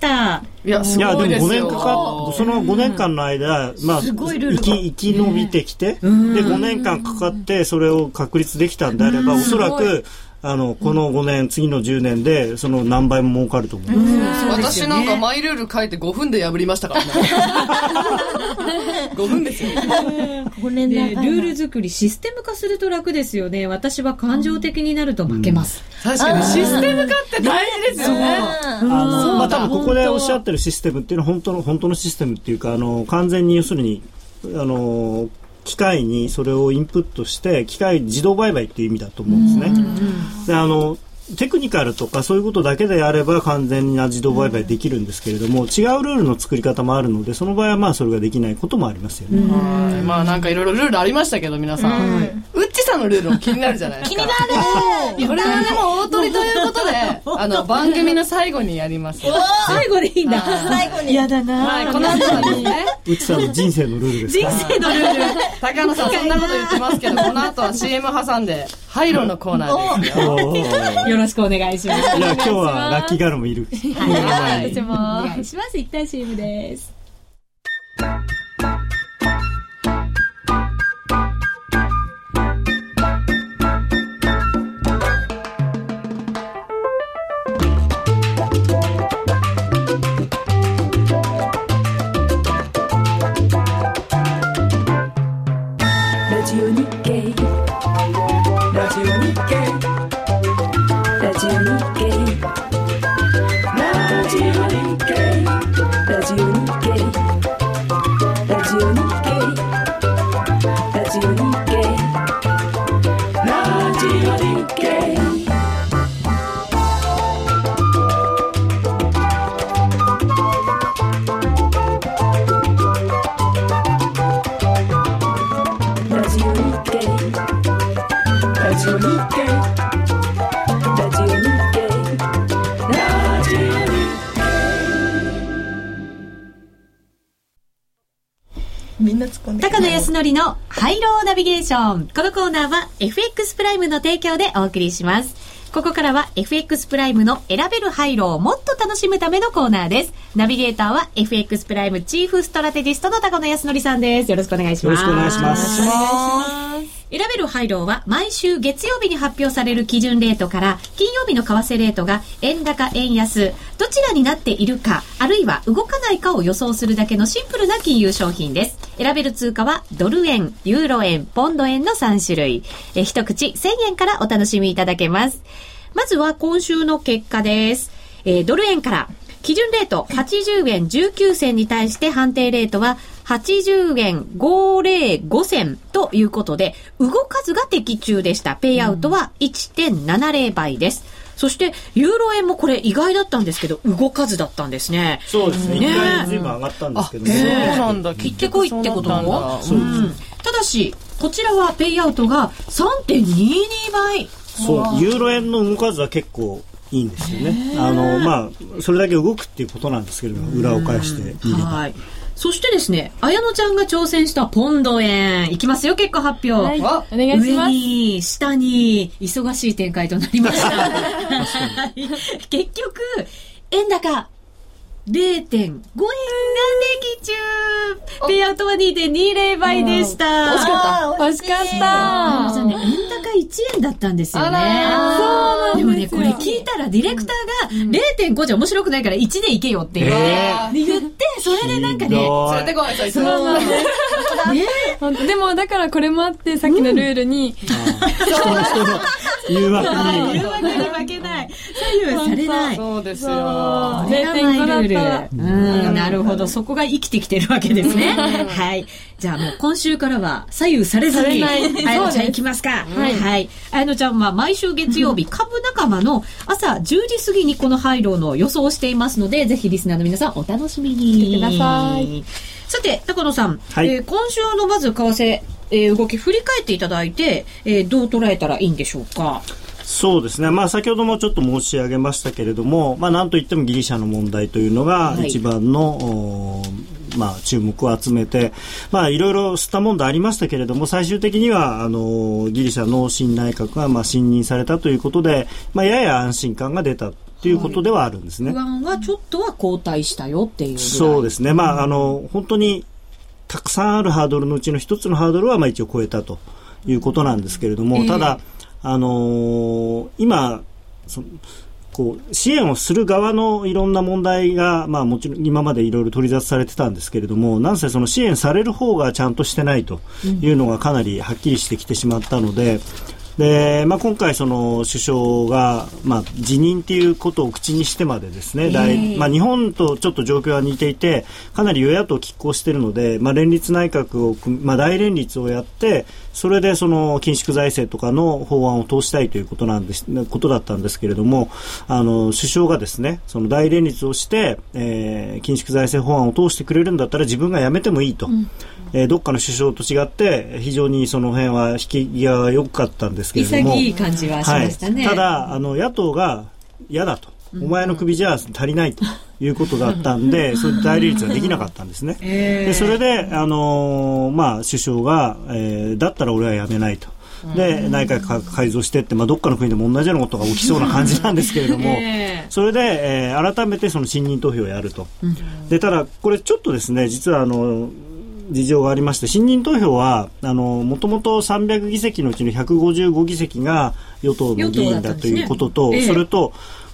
いや、すごいですよ。 いやでもごねんかかっそのごねんかんの間、うん、まあ生き生き延びてきて、うん、でごねんかんかかってそれを確立できたんであれば、うん、おそらくあのこのごねん、うん、次のじゅうねんでその何倍も儲かると思います。うん、 私なんかマイルール書いてごふんで破りましたからね。ごふんですよ。 ごねんでルール作りシステム化すると楽ですよね。私は感情的になると負けます。 うん、確かにシステム化って大事ですよね。 あのまあ多分ここでおっしゃってるシステムっていうのは本当の本当のシステムっていうか、あの完全に要するにあの機械にそれをインプットして機械自動売買っていう意味だと思うんですね。うんうん、であのテクニカルとかそういうことだけであれば完全な自動売買できるんですけれども、うん、違うルールの作り方もあるのでその場合はまあそれができないこともありますよね。 うん、まあなんかいろいろルールありましたけど皆さん、うん、ウッチさんのルールも気になるじゃないですか。 気になる。 これはでも大取りということであの番組の最後にやります。 最後でいいんだ。 最後にやだな、 はい、この後はですねウッチさんの人生のルールですか。 人生のルール。 高野さんそんなこと言ってますけどこの後は シーエム 挟んでハイロのコーナーですよ。 よろしくお願いします。 いや今日はラッキーガルもいる。 はい、私もお願いします。一旦 シーエム です。 ジオ日経ラジオ日経ラジオ日経ラジオ日経ラジオ日経ラジオ日経みんな突っ込んで高野康則のハイローナビゲーション。このコーナーは エフエックス プライムの提供でお送りします。ここからは エフエックス プライムの選べるハイローをもっと楽しむためのコーナーです。ナビゲーターは エフエックス プライムチーフストラテジストの高野康則さんです。よろしくお願いします。 よろしくお願いします。 お願いします。選べるハイローは毎週月曜日に発表される基準レートから金曜日の為替レートが円高円安どちらになっているかあるいは動かないかを予想するだけのシンプルな金融商品です。選べる通貨はドル円、ユーロ円、ポンド円のさん種類。え一口せんえんからお楽しみいただけます。まずは今週の結果です。えー、ドル円から基準レートはちじゅうえんじゅうきゅうせんに対して判定レートははちじゅうえんごじゅうごせんということで動かずが的中でした。ペイアウトは いってんななぜろ 倍です。そしてユーロ円もこれ意外だったんですけど動かずだったんですね。 そうですね。一回ずいぶん上がったんですけどね。 そうなんだ。 切ってこいってことも、 そうですね。 ただしこちらはペイアウトが さんてんにに 倍。 そうユーロ円の動かずは結構いいんですよね。あのまあそれだけ動くっていうことなんですけれども裏を返してみれば。 はい。そしてですね、綾乃ちゃんが挑戦したポンド円いきますよ。結果発表、はい、 お願いします。 上に下に忙しい展開となりました結局円高 れいてんご 円が的中。ペイアウトは にてんにじゅう 倍でした。 惜しかった惜しかった。 ね、円高いちえんだったんですよね。 そうなんですよ。 でもね、これ聞いたらディレクターが れいてんご じゃ面白くないからいちでいけよっていう、えー、言って、それでなんかね、 それでごめんなさい。 そうなんですね。 本当でもだからこれもあってさっきのルールに、 うん、人の人の誘惑に誘惑に負けない左右されない。 そうですよ。 れいてんごルール。うん、なるほど。そこが生きてきてるわけですね。はい。じゃあもう今週からは左右されずに、あやのちゃん行きますか。はい。はい。あやのちゃんは毎週月曜日、株仲間の朝じゅうじ過ぎにこのハイローの予想をしていますので、ぜひリスナーの皆さんお楽しみに。 してください。 さて、高野さん。 はい、 えー、今週のまず為替、えー、動き振り返っていただいて、えー、どう捉えたらいいんでしょうか。 そうですね、まあ、先ほどもちょっと申し上げましたけれども、まあ、なんといってもギリシャの問題というのが一番の、はい、まあ、注目を集めて、まあ、いろいろ吸った問題ありましたけれども最終的にはあのギリシャの新内閣がまあ信任されたということで、まあ、やや安心感が出たということではあるんですね。 不安はちょっとは後退したよっていうぐらい。 そうですね、まあ、あの本当にたくさんあるハードルのうちの一つのハードルはまあ一応超えたということなんですけれども、えー、ただあのー、今そこう支援をする側のいろんな問題が、まあ、もちろん今までいろいろ取り沙汰されてたんですけれども、なんせその支援される方がちゃんとしてないというのがかなりはっきりしてきてしまったので、でまあ、今回その首相が、まあ、辞任ということを口にしてまでですね、えーまあ、日本とちょっと状況が似ていてかなり与野党拮抗しているので、まあ、連立内閣を、まあ、大連立をやってそれでその緊縮財政とかの法案を通したいということなんですことだったんですけれども、あの首相がですねその大連立をして、えー、緊縮財政法案を通してくれるんだったら自分が辞めてもいいと、うんえー、どっかの首相と違って非常にその辺は引き際が良かったんですけれども、 潔い感じはしましたね、 はい、ただあの野党が嫌だと、うん、お前の首じゃ足りないということだったんで、うん、それで大連立ができなかったんですね、えー、でそれで、あのーまあ、首相が、えー、だったら俺は辞めないとで内閣改造してって、まあ、どっかの国でも同じようなことが起きそうな感じなんですけれども、えー、それで、えー、改めてその信任投票をやると、うん、でただこれちょっとですね実はあの事情がありまして、信任投票はあのもともとさんびゃくぎせきのうちのひゃくごじゅうごぎせきが与党の議員だということと、ねええ、それと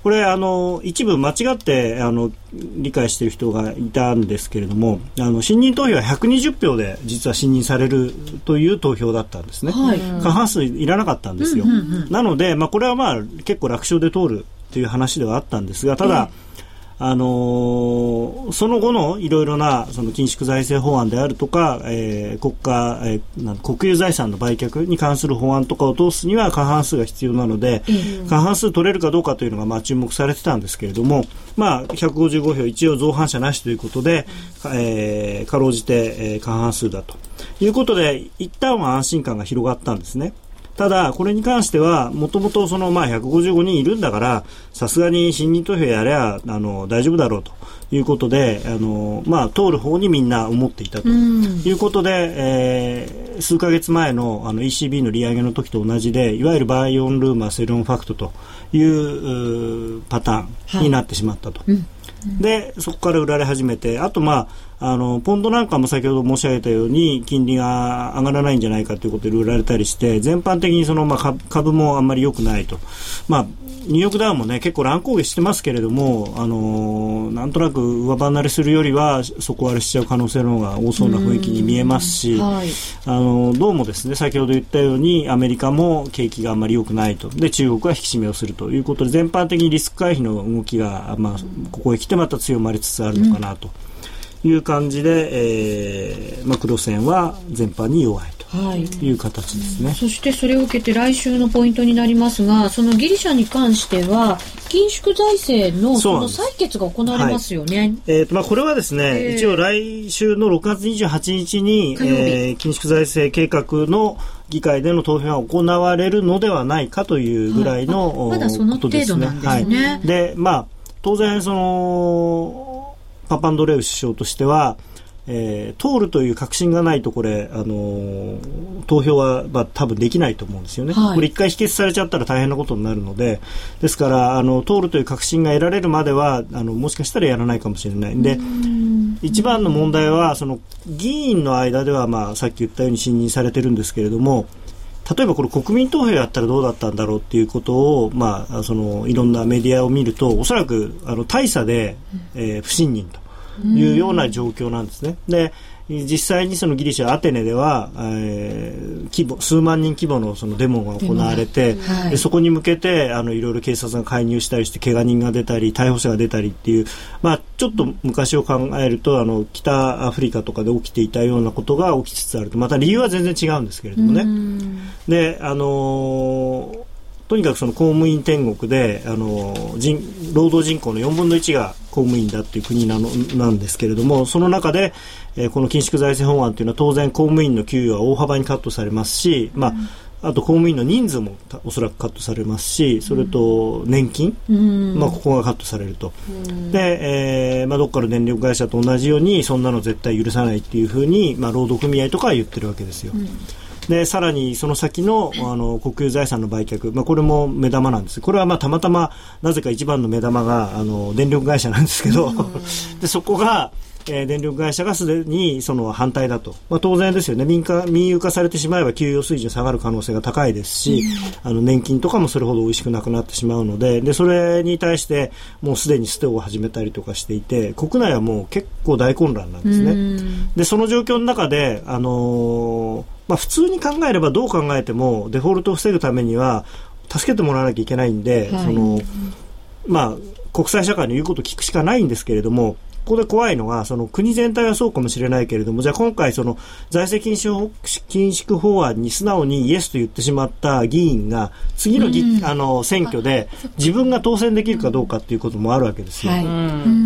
これあの一部間違ってあの理解している人がいたんですけれども、あの信任投票はひゃくにじゅうひょうで実は信任されるという投票だったんですね、はい、過半数いらなかったんですよ、うんうんうん、なので、まあ、これはまあ結構楽勝で通るという話ではあったんですが、ただ、えーあのー、その後のいろいろなその緊縮財政法案であるとか、えー、国家、えー、国有財産の売却に関する法案とかを通すには過半数が必要なので、うん、過半数取れるかどうかというのがまあ注目されてたんですけれども、まあ、ひゃくごじゅうごひょう一応造反者なしということで、えー、かろうじて、えー、過半数だということで一旦は安心感が広がったんですね。ただこれに関してはもともとそのまあひゃくごじゅうごにんいるんだからさすがに信任投票やればあの大丈夫だろうということであの、まあ、通る方にみんな思っていたということで、えー、数ヶ月前 の, あの イーシービー の利上げの時と同じでいわゆるバイオンルーマーセルオンファクトというパターンになってしまったと、はい、うんでそこから売られ始めて、あと、まあ、あのポンドなんかも先ほど申し上げたように金利が上がらないんじゃないかということで売られたりして全般的にその、まあ、株, 株もあんまり良くないと、まあ、ニューヨークダウンも、ね、結構乱高下してますけれども、あのなんとなく上離れするよりは底割れしちゃう可能性の方が多そうな雰囲気に見えますし、はい、あのどうもですね先ほど言ったようにアメリカも景気があんまり良くないと、で中国は引き締めをするということで全般的にリスク回避の動きが、まあ、ここへ来てまた強まりつつあるのかなという感じで、えーまあ、黒線は全般に弱いという形ですね、はい、 そしてそれを受けて来週のポイントになりますが、そのギリシャに関しては緊縮財政 の, その採決が行われますよね、はいえーとまあ、これはですね、えー、一応来週のろくがつにじゅうはちにちに、えー、緊縮財政計画の議会での投票が行われるのではないかというぐらいの、はい、まだその程度なんですね、はい、でまあ当然そのパパンドレウ首相としては、えー、通るという確信がないとこれ、あのー、投票は、まあ、多分できないと思うんですよね、はい、これ一回否決されちゃったら大変なことになるので、ですからあの通るという確信が得られるまではあのもしかしたらやらないかもしれないんで、一番の問題はその議員の間では、まあ、さっき言ったように信任されてるんですけれども、例えばこれ国民投票やったらどうだったんだろうっていうことを、まあ、そのいろんなメディアを見るとおそらくあの大差で、えー、不信任というような状況なんですね。で実際にそのギリシャアテネでは、えー、規模数万人規模 の, そのデモが行われて、はい、でそこに向けてあのいろいろ警察が介入したりして怪我人が出たり逮捕者が出たりっていう、まあ、ちょっと昔を考えるとあの北アフリカとかで起きていたようなことが起きつつあると、また理由は全然違うんですけれどもね。であのーとにかくその公務員天国であの人労働人口のよんぶんのいちが公務員だっていう国なのなんですけれども、その中で、えー、この緊縮財政法案というのは当然公務員の給与は大幅にカットされますし、まあ、あと公務員の人数もおそらくカットされますし、それと年金、まあ、ここがカットされると。で、えーまあ、どっかの電力会社と同じようにそんなの絶対許さないっていうふうに、まあ、労働組合とかは言ってるわけですよ。でさらにその先 の, あの国有財産の売却、まあ、これも目玉なんです。これはまあたまたまなぜか一番の目玉があの電力会社なんですけどでそこが、えー、電力会社がすでにその反対だと、まあ、当然ですよね。民化民有化されてしまえば給与水準下がる可能性が高いですし、あの年金とかもそれほど美味しくなくなってしまうの で, でそれに対してもうすでにステを始めたりとかしていて、国内はもう結構大混乱なんですね。でその状況の中であのーまあ、普通に考えればどう考えてもデフォルトを防ぐためには助けてもらわなきゃいけないんで、はい、そのまあ、国際社会の言うことを聞くしかないんですけれども、ここで怖いのがその国全体はそうかもしれないけれども、じゃあ今回その財政緊縮、緊縮法案に素直にイエスと言ってしまった議員が次の、うん、あの選挙で自分が当選できるかどうかということもあるわけですよ、はい、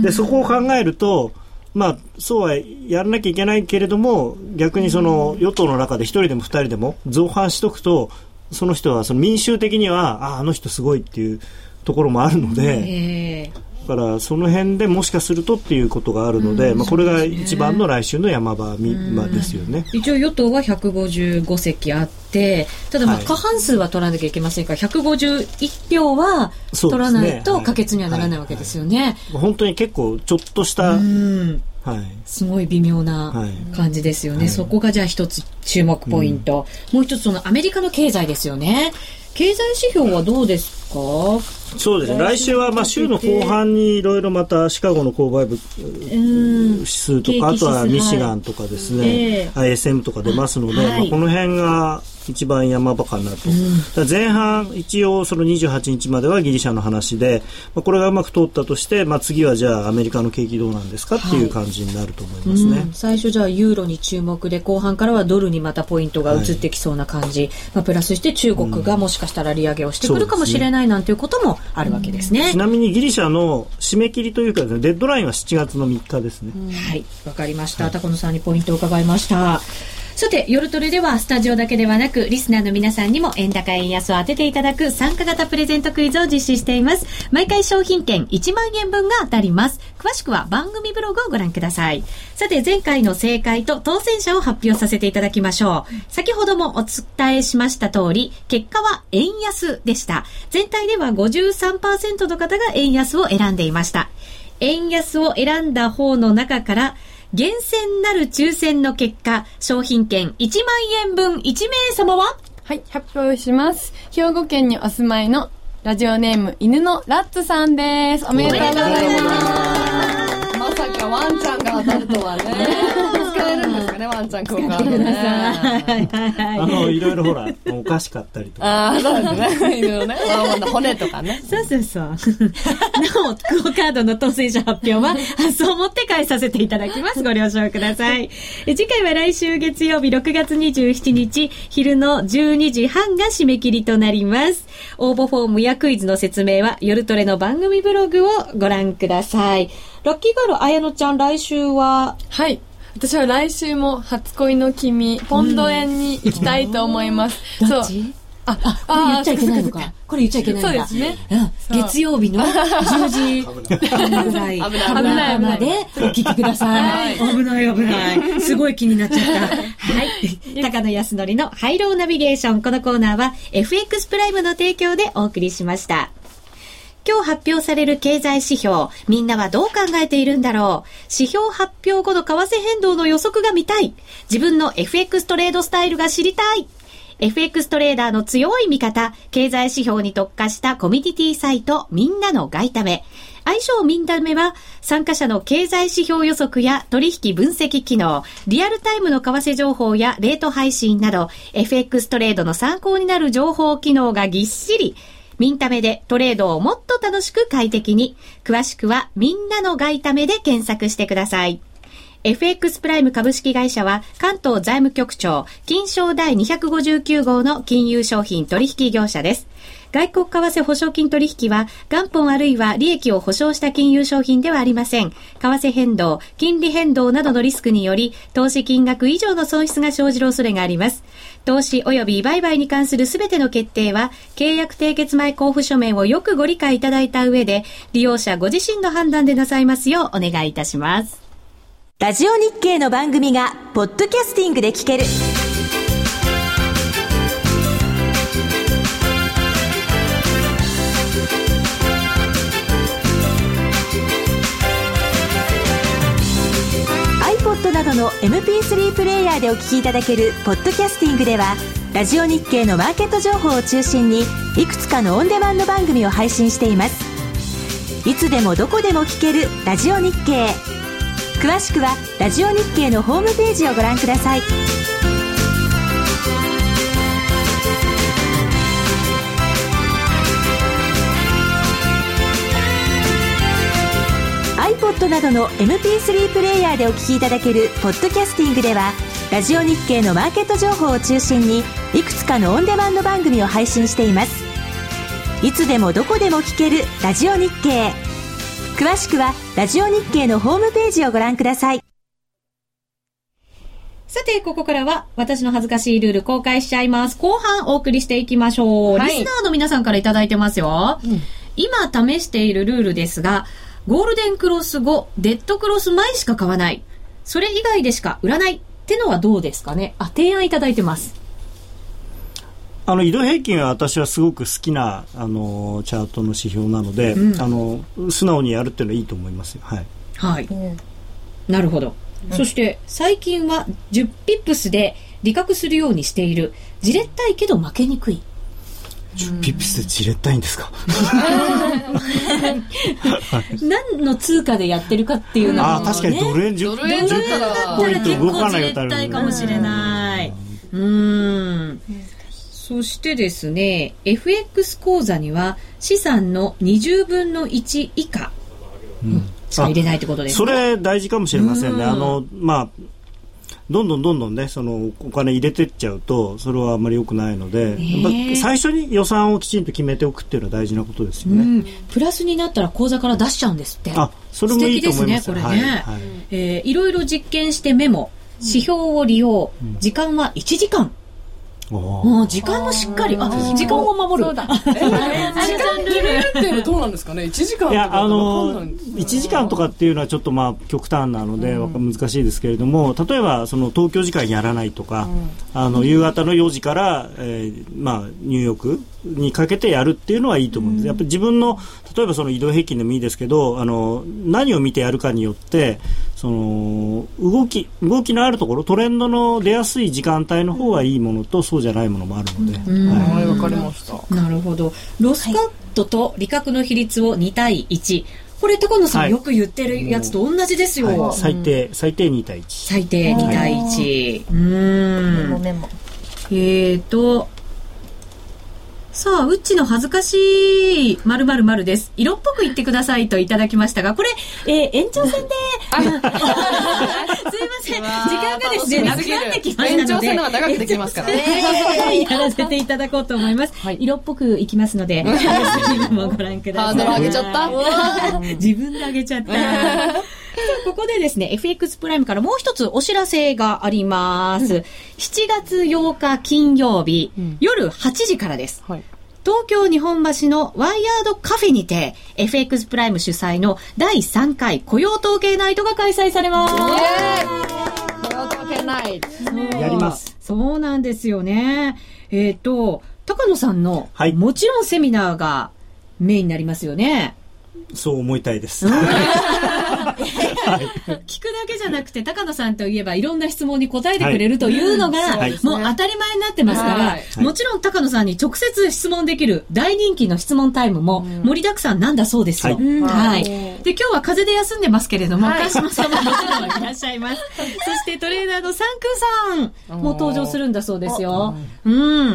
でそこを考えるとまあ、そうはやらなきゃいけないけれども、逆にその与党の中で一人でも二人でも造反しとくと、その人はその民衆的には あ, あの人すごいっていうところもあるので、だからその辺でもしかするとっていうことがあるので、まあ、これが一番の来週の山場ですよね。 一応与党はひゃくごじゅうごせきあって、ただまあ過半数は取らなきゃいけませんから、はい、ひゃくごじゅういちひょうは取らないと可決にはならないわけですよね。 はいはい、本当に結構ちょっとしたはい、すごい微妙な感じですよね、はい、そこがじゃあ一つ注目ポイント、うん、もう一つそのアメリカの経済ですよね。経済指標はどうですか？ そうですね、来週はまあ週の後半にいろいろまたシカゴの購買部指数とか、あとはミシガンとかですね、えー、アイエスエム とか出ますので、はい、まあ、この辺が一番山場かなと、うん、だ前半一応そのにじゅうはちにちまではギリシャの話で、まあ、これがうまく通ったとして、まあ、次はじゃあアメリカの景気どうなんですかっていう感じになると思いますね、はい、うん、 最初じゃあユーロに注目で後半からはドルにまたポイントが移ってきそうな感じ、はい、まあ、プラスして中国がもしかしたら利上げをしてくるかもしれないなんていうこともあるわけですね、うん、 ちなみにギリシャの締め切りというかですね、デッドラインはしちがつのみっかですね、うん、 はい、わかりました、はい、高野さんにポイントを伺いました。さて、夜トレではスタジオだけではなくリスナーの皆さんにも円高円安を当てていただく参加型プレゼントクイズを実施しています。毎回商品券いちまんえんぶんが当たります。詳しくは番組ブログをご覧ください。さて、前回の正解と当選者を発表させていただきましょう。先ほどもお伝えしました通り、結果は円安でした。全体では ごじゅうさんパーセント の方が円安を選んでいました。円安を選んだ方の中から厳選なる抽選の結果、商品券いちまんえんぶんいちめいさまは、 はい、発表します。兵庫県にお住まいのラジオネーム犬のラッツさんです。おめでとうございます。 まさかワンちゃんが当たるとはね。使えるんですかね、ワンちゃん効果あるね。 あのいろいろほらお菓子買ったりとか。 ああ、そうですね。犬のね、骨とかね。 そうそうそう。なおクオカードの当選者発表は発送をもって返させていただきます。ご了承ください。え次回は来週月曜日ろくがつにじゅうしちにち昼のじゅうにじはんが締め切りとなります。応募フォームやクイズの説明は夜トレの番組ブログをご覧ください。ラッキーガール綾乃ちゃん、来週は？ はい、私は来週も初恋の君ポンド園に行きたいと思います。 うん、どっち？あ、あ、これ言っちゃいけないのか。これ言っちゃいけないんだ。 そうですね。 うん、月曜日のじゅうじぐらい。危ない。までお聞きください。危ない危ない。すごい気になっちゃった。はい。高野康則のハイローナビゲーション。このコーナーは エフエックス プライムの提供でお送りしました。今日発表される経済指標、みんなはどう考えているんだろう。指標発表後の為替変動の予測が見たい。自分の エフエックス トレードスタイルが知りたい。エフエックス トレーダーの強い味方、経済指標に特化したコミュニティサイト、みんなの外為。愛称みんなめは、参加者の経済指標予測や取引分析機能、リアルタイムの為替情報やレート配信など、エフエックス トレードの参考になる情報機能がぎっしり。ミンタメでトレードをもっと楽しく快適に。詳しくはみんなの外為で検索してください。エフエックス プライム株式会社は関東財務局長金商第にひゃくごじゅうきゅう号の金融商品取引業者です。外国為替保証金取引は元本あるいは利益を保証した金融商品ではありません。為替変動、金利変動などのリスクにより投資金額以上の損失が生じる恐れがあります。投資及び売買に関するすべての決定は契約締結前交付書面をよくご理解いただいた上で利用者ご自身の判断でなさいますようお願いいたします。 ラジオ日経の番組がポッドキャスティングで聞ける。iPod などの エムピースリー プレイヤーでお聞きいただけるポッドキャスティングではラジオ日経のマーケット情報を中心にいくつかのオンデマンド番組を配信しています。いつでもどこでも聞けるラジオ日経。詳しくはラジオ日経のホームページをご覧ください。iPod などの エムピースリー プレイヤーでお聞きいただけるポッドキャスティングではラジオ日経のマーケット情報を中心にいくつかのオンデマンド番組を配信しています。いつでもどこでも聞けるラジオ日経。詳しくはラジオ日経のホームページをご覧ください。 さて、ここからは私の恥ずかしいルール公開しちゃいます。後半お送りしていきましょう。はい、リスナーの皆さんからいただいてますよ。うん、今試しているルールですが、ゴールデンクロス後、デッドクロス前しか買わない。それ以外でしか売らない。ってのはどうですかね。あ、提案いただいてます。 あの移動平均は私はすごく好きなあのチャートの指標なので、うん、あの素直にやるっていうのはいいと思いますよ。はい。 はい。 なるほど、うん、そして最近はじゅうピップスで利確するようにしている。じれったいけど負けにくい。 じゅうピップスでじれったいんですか？ 何の通貨でやってるかっていうのも、ね、 あ確かにドル円ドル円だったら結構じれったいかもしれない。うーん。そしてですね、エフエックス 口座には資産のにじゅうぶんのいち以下、うん、しか入れないってことですね。 それ大事かもしれませんね。あのまあどんどんどんどんねそのお金入れてっちゃうとそれはあんまり良くないので、やっぱ最初に予算をきちんと決めておくっていうのは大事なことですよね。うん、 プラスになったら口座から出しちゃうんですって。 あ、それもいいと思います。 素敵ですねこれね。はいはい、えー、いろいろ実験してメモ、指標を利用、うん、時間はいちじかん。もう時間もしっかり、あ、時間を守る。そうだ。 えー、時間決めるっていうのどうなんですかね。いちじかんとか。いや、あのいちじかんとかっていうのはちょっとまあ極端なので、うん、難しいですけれども、例えばその東京時間やらないとか、うん、あの夕方のよじから、えー、まあニューヨークにかけてやるっていうのはいいと思うんです。うん、やっぱり自分の例えばその移動平均でもいいですけど、あの何を見てやるかによってその動き動きのあるところ、トレンドの出やすい時間帯の方がいいものとそうじゃないものもあるので。 はい、わかりました。 なるほど。ロスカットと利確の比率をに対いち。これ高野さん、はい、よく言ってるやつと同じですよ。 はい、最低最低に対いち。 最低に対いち。うーん。メモメモ。えーと。さあ、うっちの恥ずかしい〇〇〇です。色っぽく言ってくださいといただきましたが、これ、えー、延長戦で、すいません、時間がですね、なくなってきましたので、 延長戦の方が長くできますからね。 やらせていただこうと思います。はい、色っぽくいきますので、今もご覧ください。 ハードル上げちゃった自分で上げちゃった。ここでですね、エフエックス プライムからもう一つお知らせがあります。うん、しちがつようか金曜日、うん、夜はちじからです。はい、東京日本橋のワイヤードカフェにて エフエックス プライム主催のだいさんかい雇用統計ナイトが開催されます。雇用統計ナイトやります。 そうなんですよね。えっと、高野さんの、はい、もちろんセミナーがメインになりますよね。 そう思いたいです。 聞くだけじゃなくて高野さんといえばいろんな質問に答えてくれるというのが、はい、もう当たり前になってますから、はい、もちろん高野さんに直接質問できる大人気の質問タイムも盛りだくさんなんだそうですよ。はい、はい、で今日は風邪で休んでますけれども、はい、川島さんももちろんいらっしゃいます。そしてトレーナーのサンクーさんも登場するんだそうですよ。うん、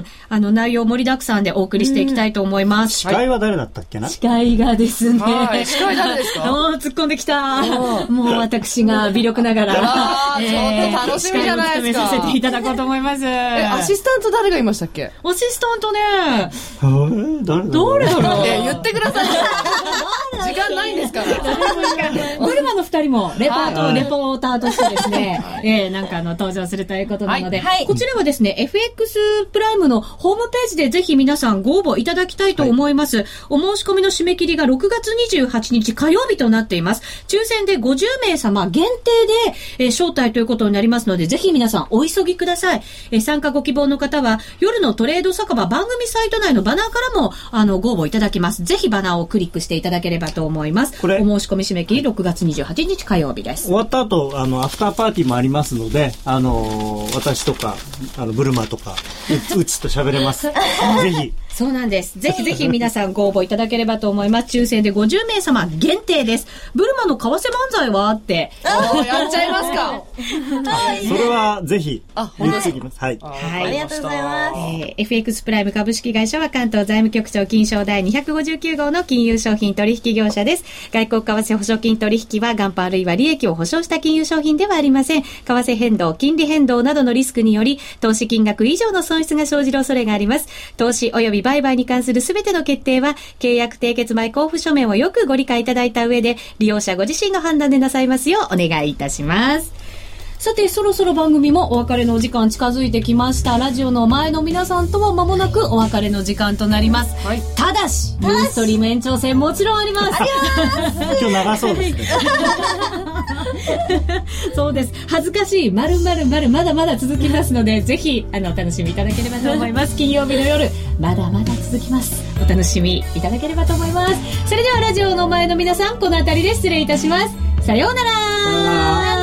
あの内容盛りだくさんでお送りしていきたいと思います。 司会は誰だったっけな？ 司会がですね、 はい、司会誰ですか？ 突っ込んできた。もう私が微力ながら、 あー、えー、ちょっと楽しみじゃないですか。 司会を務めさせていただこうと思います。 え、アシスタント誰がいましたっけ？ アシスタントね、 えー、誰だろう？ 誰だろう？ え、言ってください。時間ないんですから。 ブルマの二人もレポート、レポーターとしてですね、えー、なんかあの登場するということなので、はい、こちらはですね、エフエックス プライムのホームページでぜひ皆さんご応募いただきたいと思います。はい、お申し込みの締め切りがろくがつにじゅうはちにち火曜日となっています。抽選でごじゅうめいさま限定で、えー、招待ということになりますので、ぜひ皆さんお急ぎください。えー、参加ご希望の方は夜のトレード酒場番組サイト内のバナーからもあのご応募いただけます。ぜひバナーをクリックしていただければと思います。これお申し込み締め切りろくがつにじゅうはちにち火曜日です。 終わった後あのアフターパーティーもありますので、あのー、私とかあのブルマとかう, うちと喋れます。ぜひ。 そうなんです。ぜひぜひ皆さんご応募いただければと思います。抽選でごじゅうめいさま限定です。ブルマの為替漫才はってやっちゃいますか。 それはぜひ言ってきます。はい。 はい。ありがとうございます。 えー、エフエックス プライム株式会社は関東財務局長金賞第にひゃくごじゅうきゅうごうの金融商品取引業者です。外国為替保証金取引は元本あるいは利益を保証した金融商品ではありません。為替変動、金利変動などのリスクにより投資金額以上の損失が生じる恐れがあります。投資及び売買に関するすべての決定は契約締結前交付書面をよくご理解いただいた上で利用者ご自身の判断でなさいますようお願いいたします。さてそろそろ番組もお別れのお時間近づいてきました。ラジオの前の皆さんとも間もなくお別れの時間となります、はい、ただしユーストリーム延長戦もちろんあります。 今日長そうですね。 そうです。恥ずかしい〇〇〇まだまだ続きますのでぜひあのお楽しみいただければと思います。金曜日の夜まだまだ続きます。お楽しみいただければと思います。それではラジオの前の皆さんこの辺りで失礼いたします。さようなら。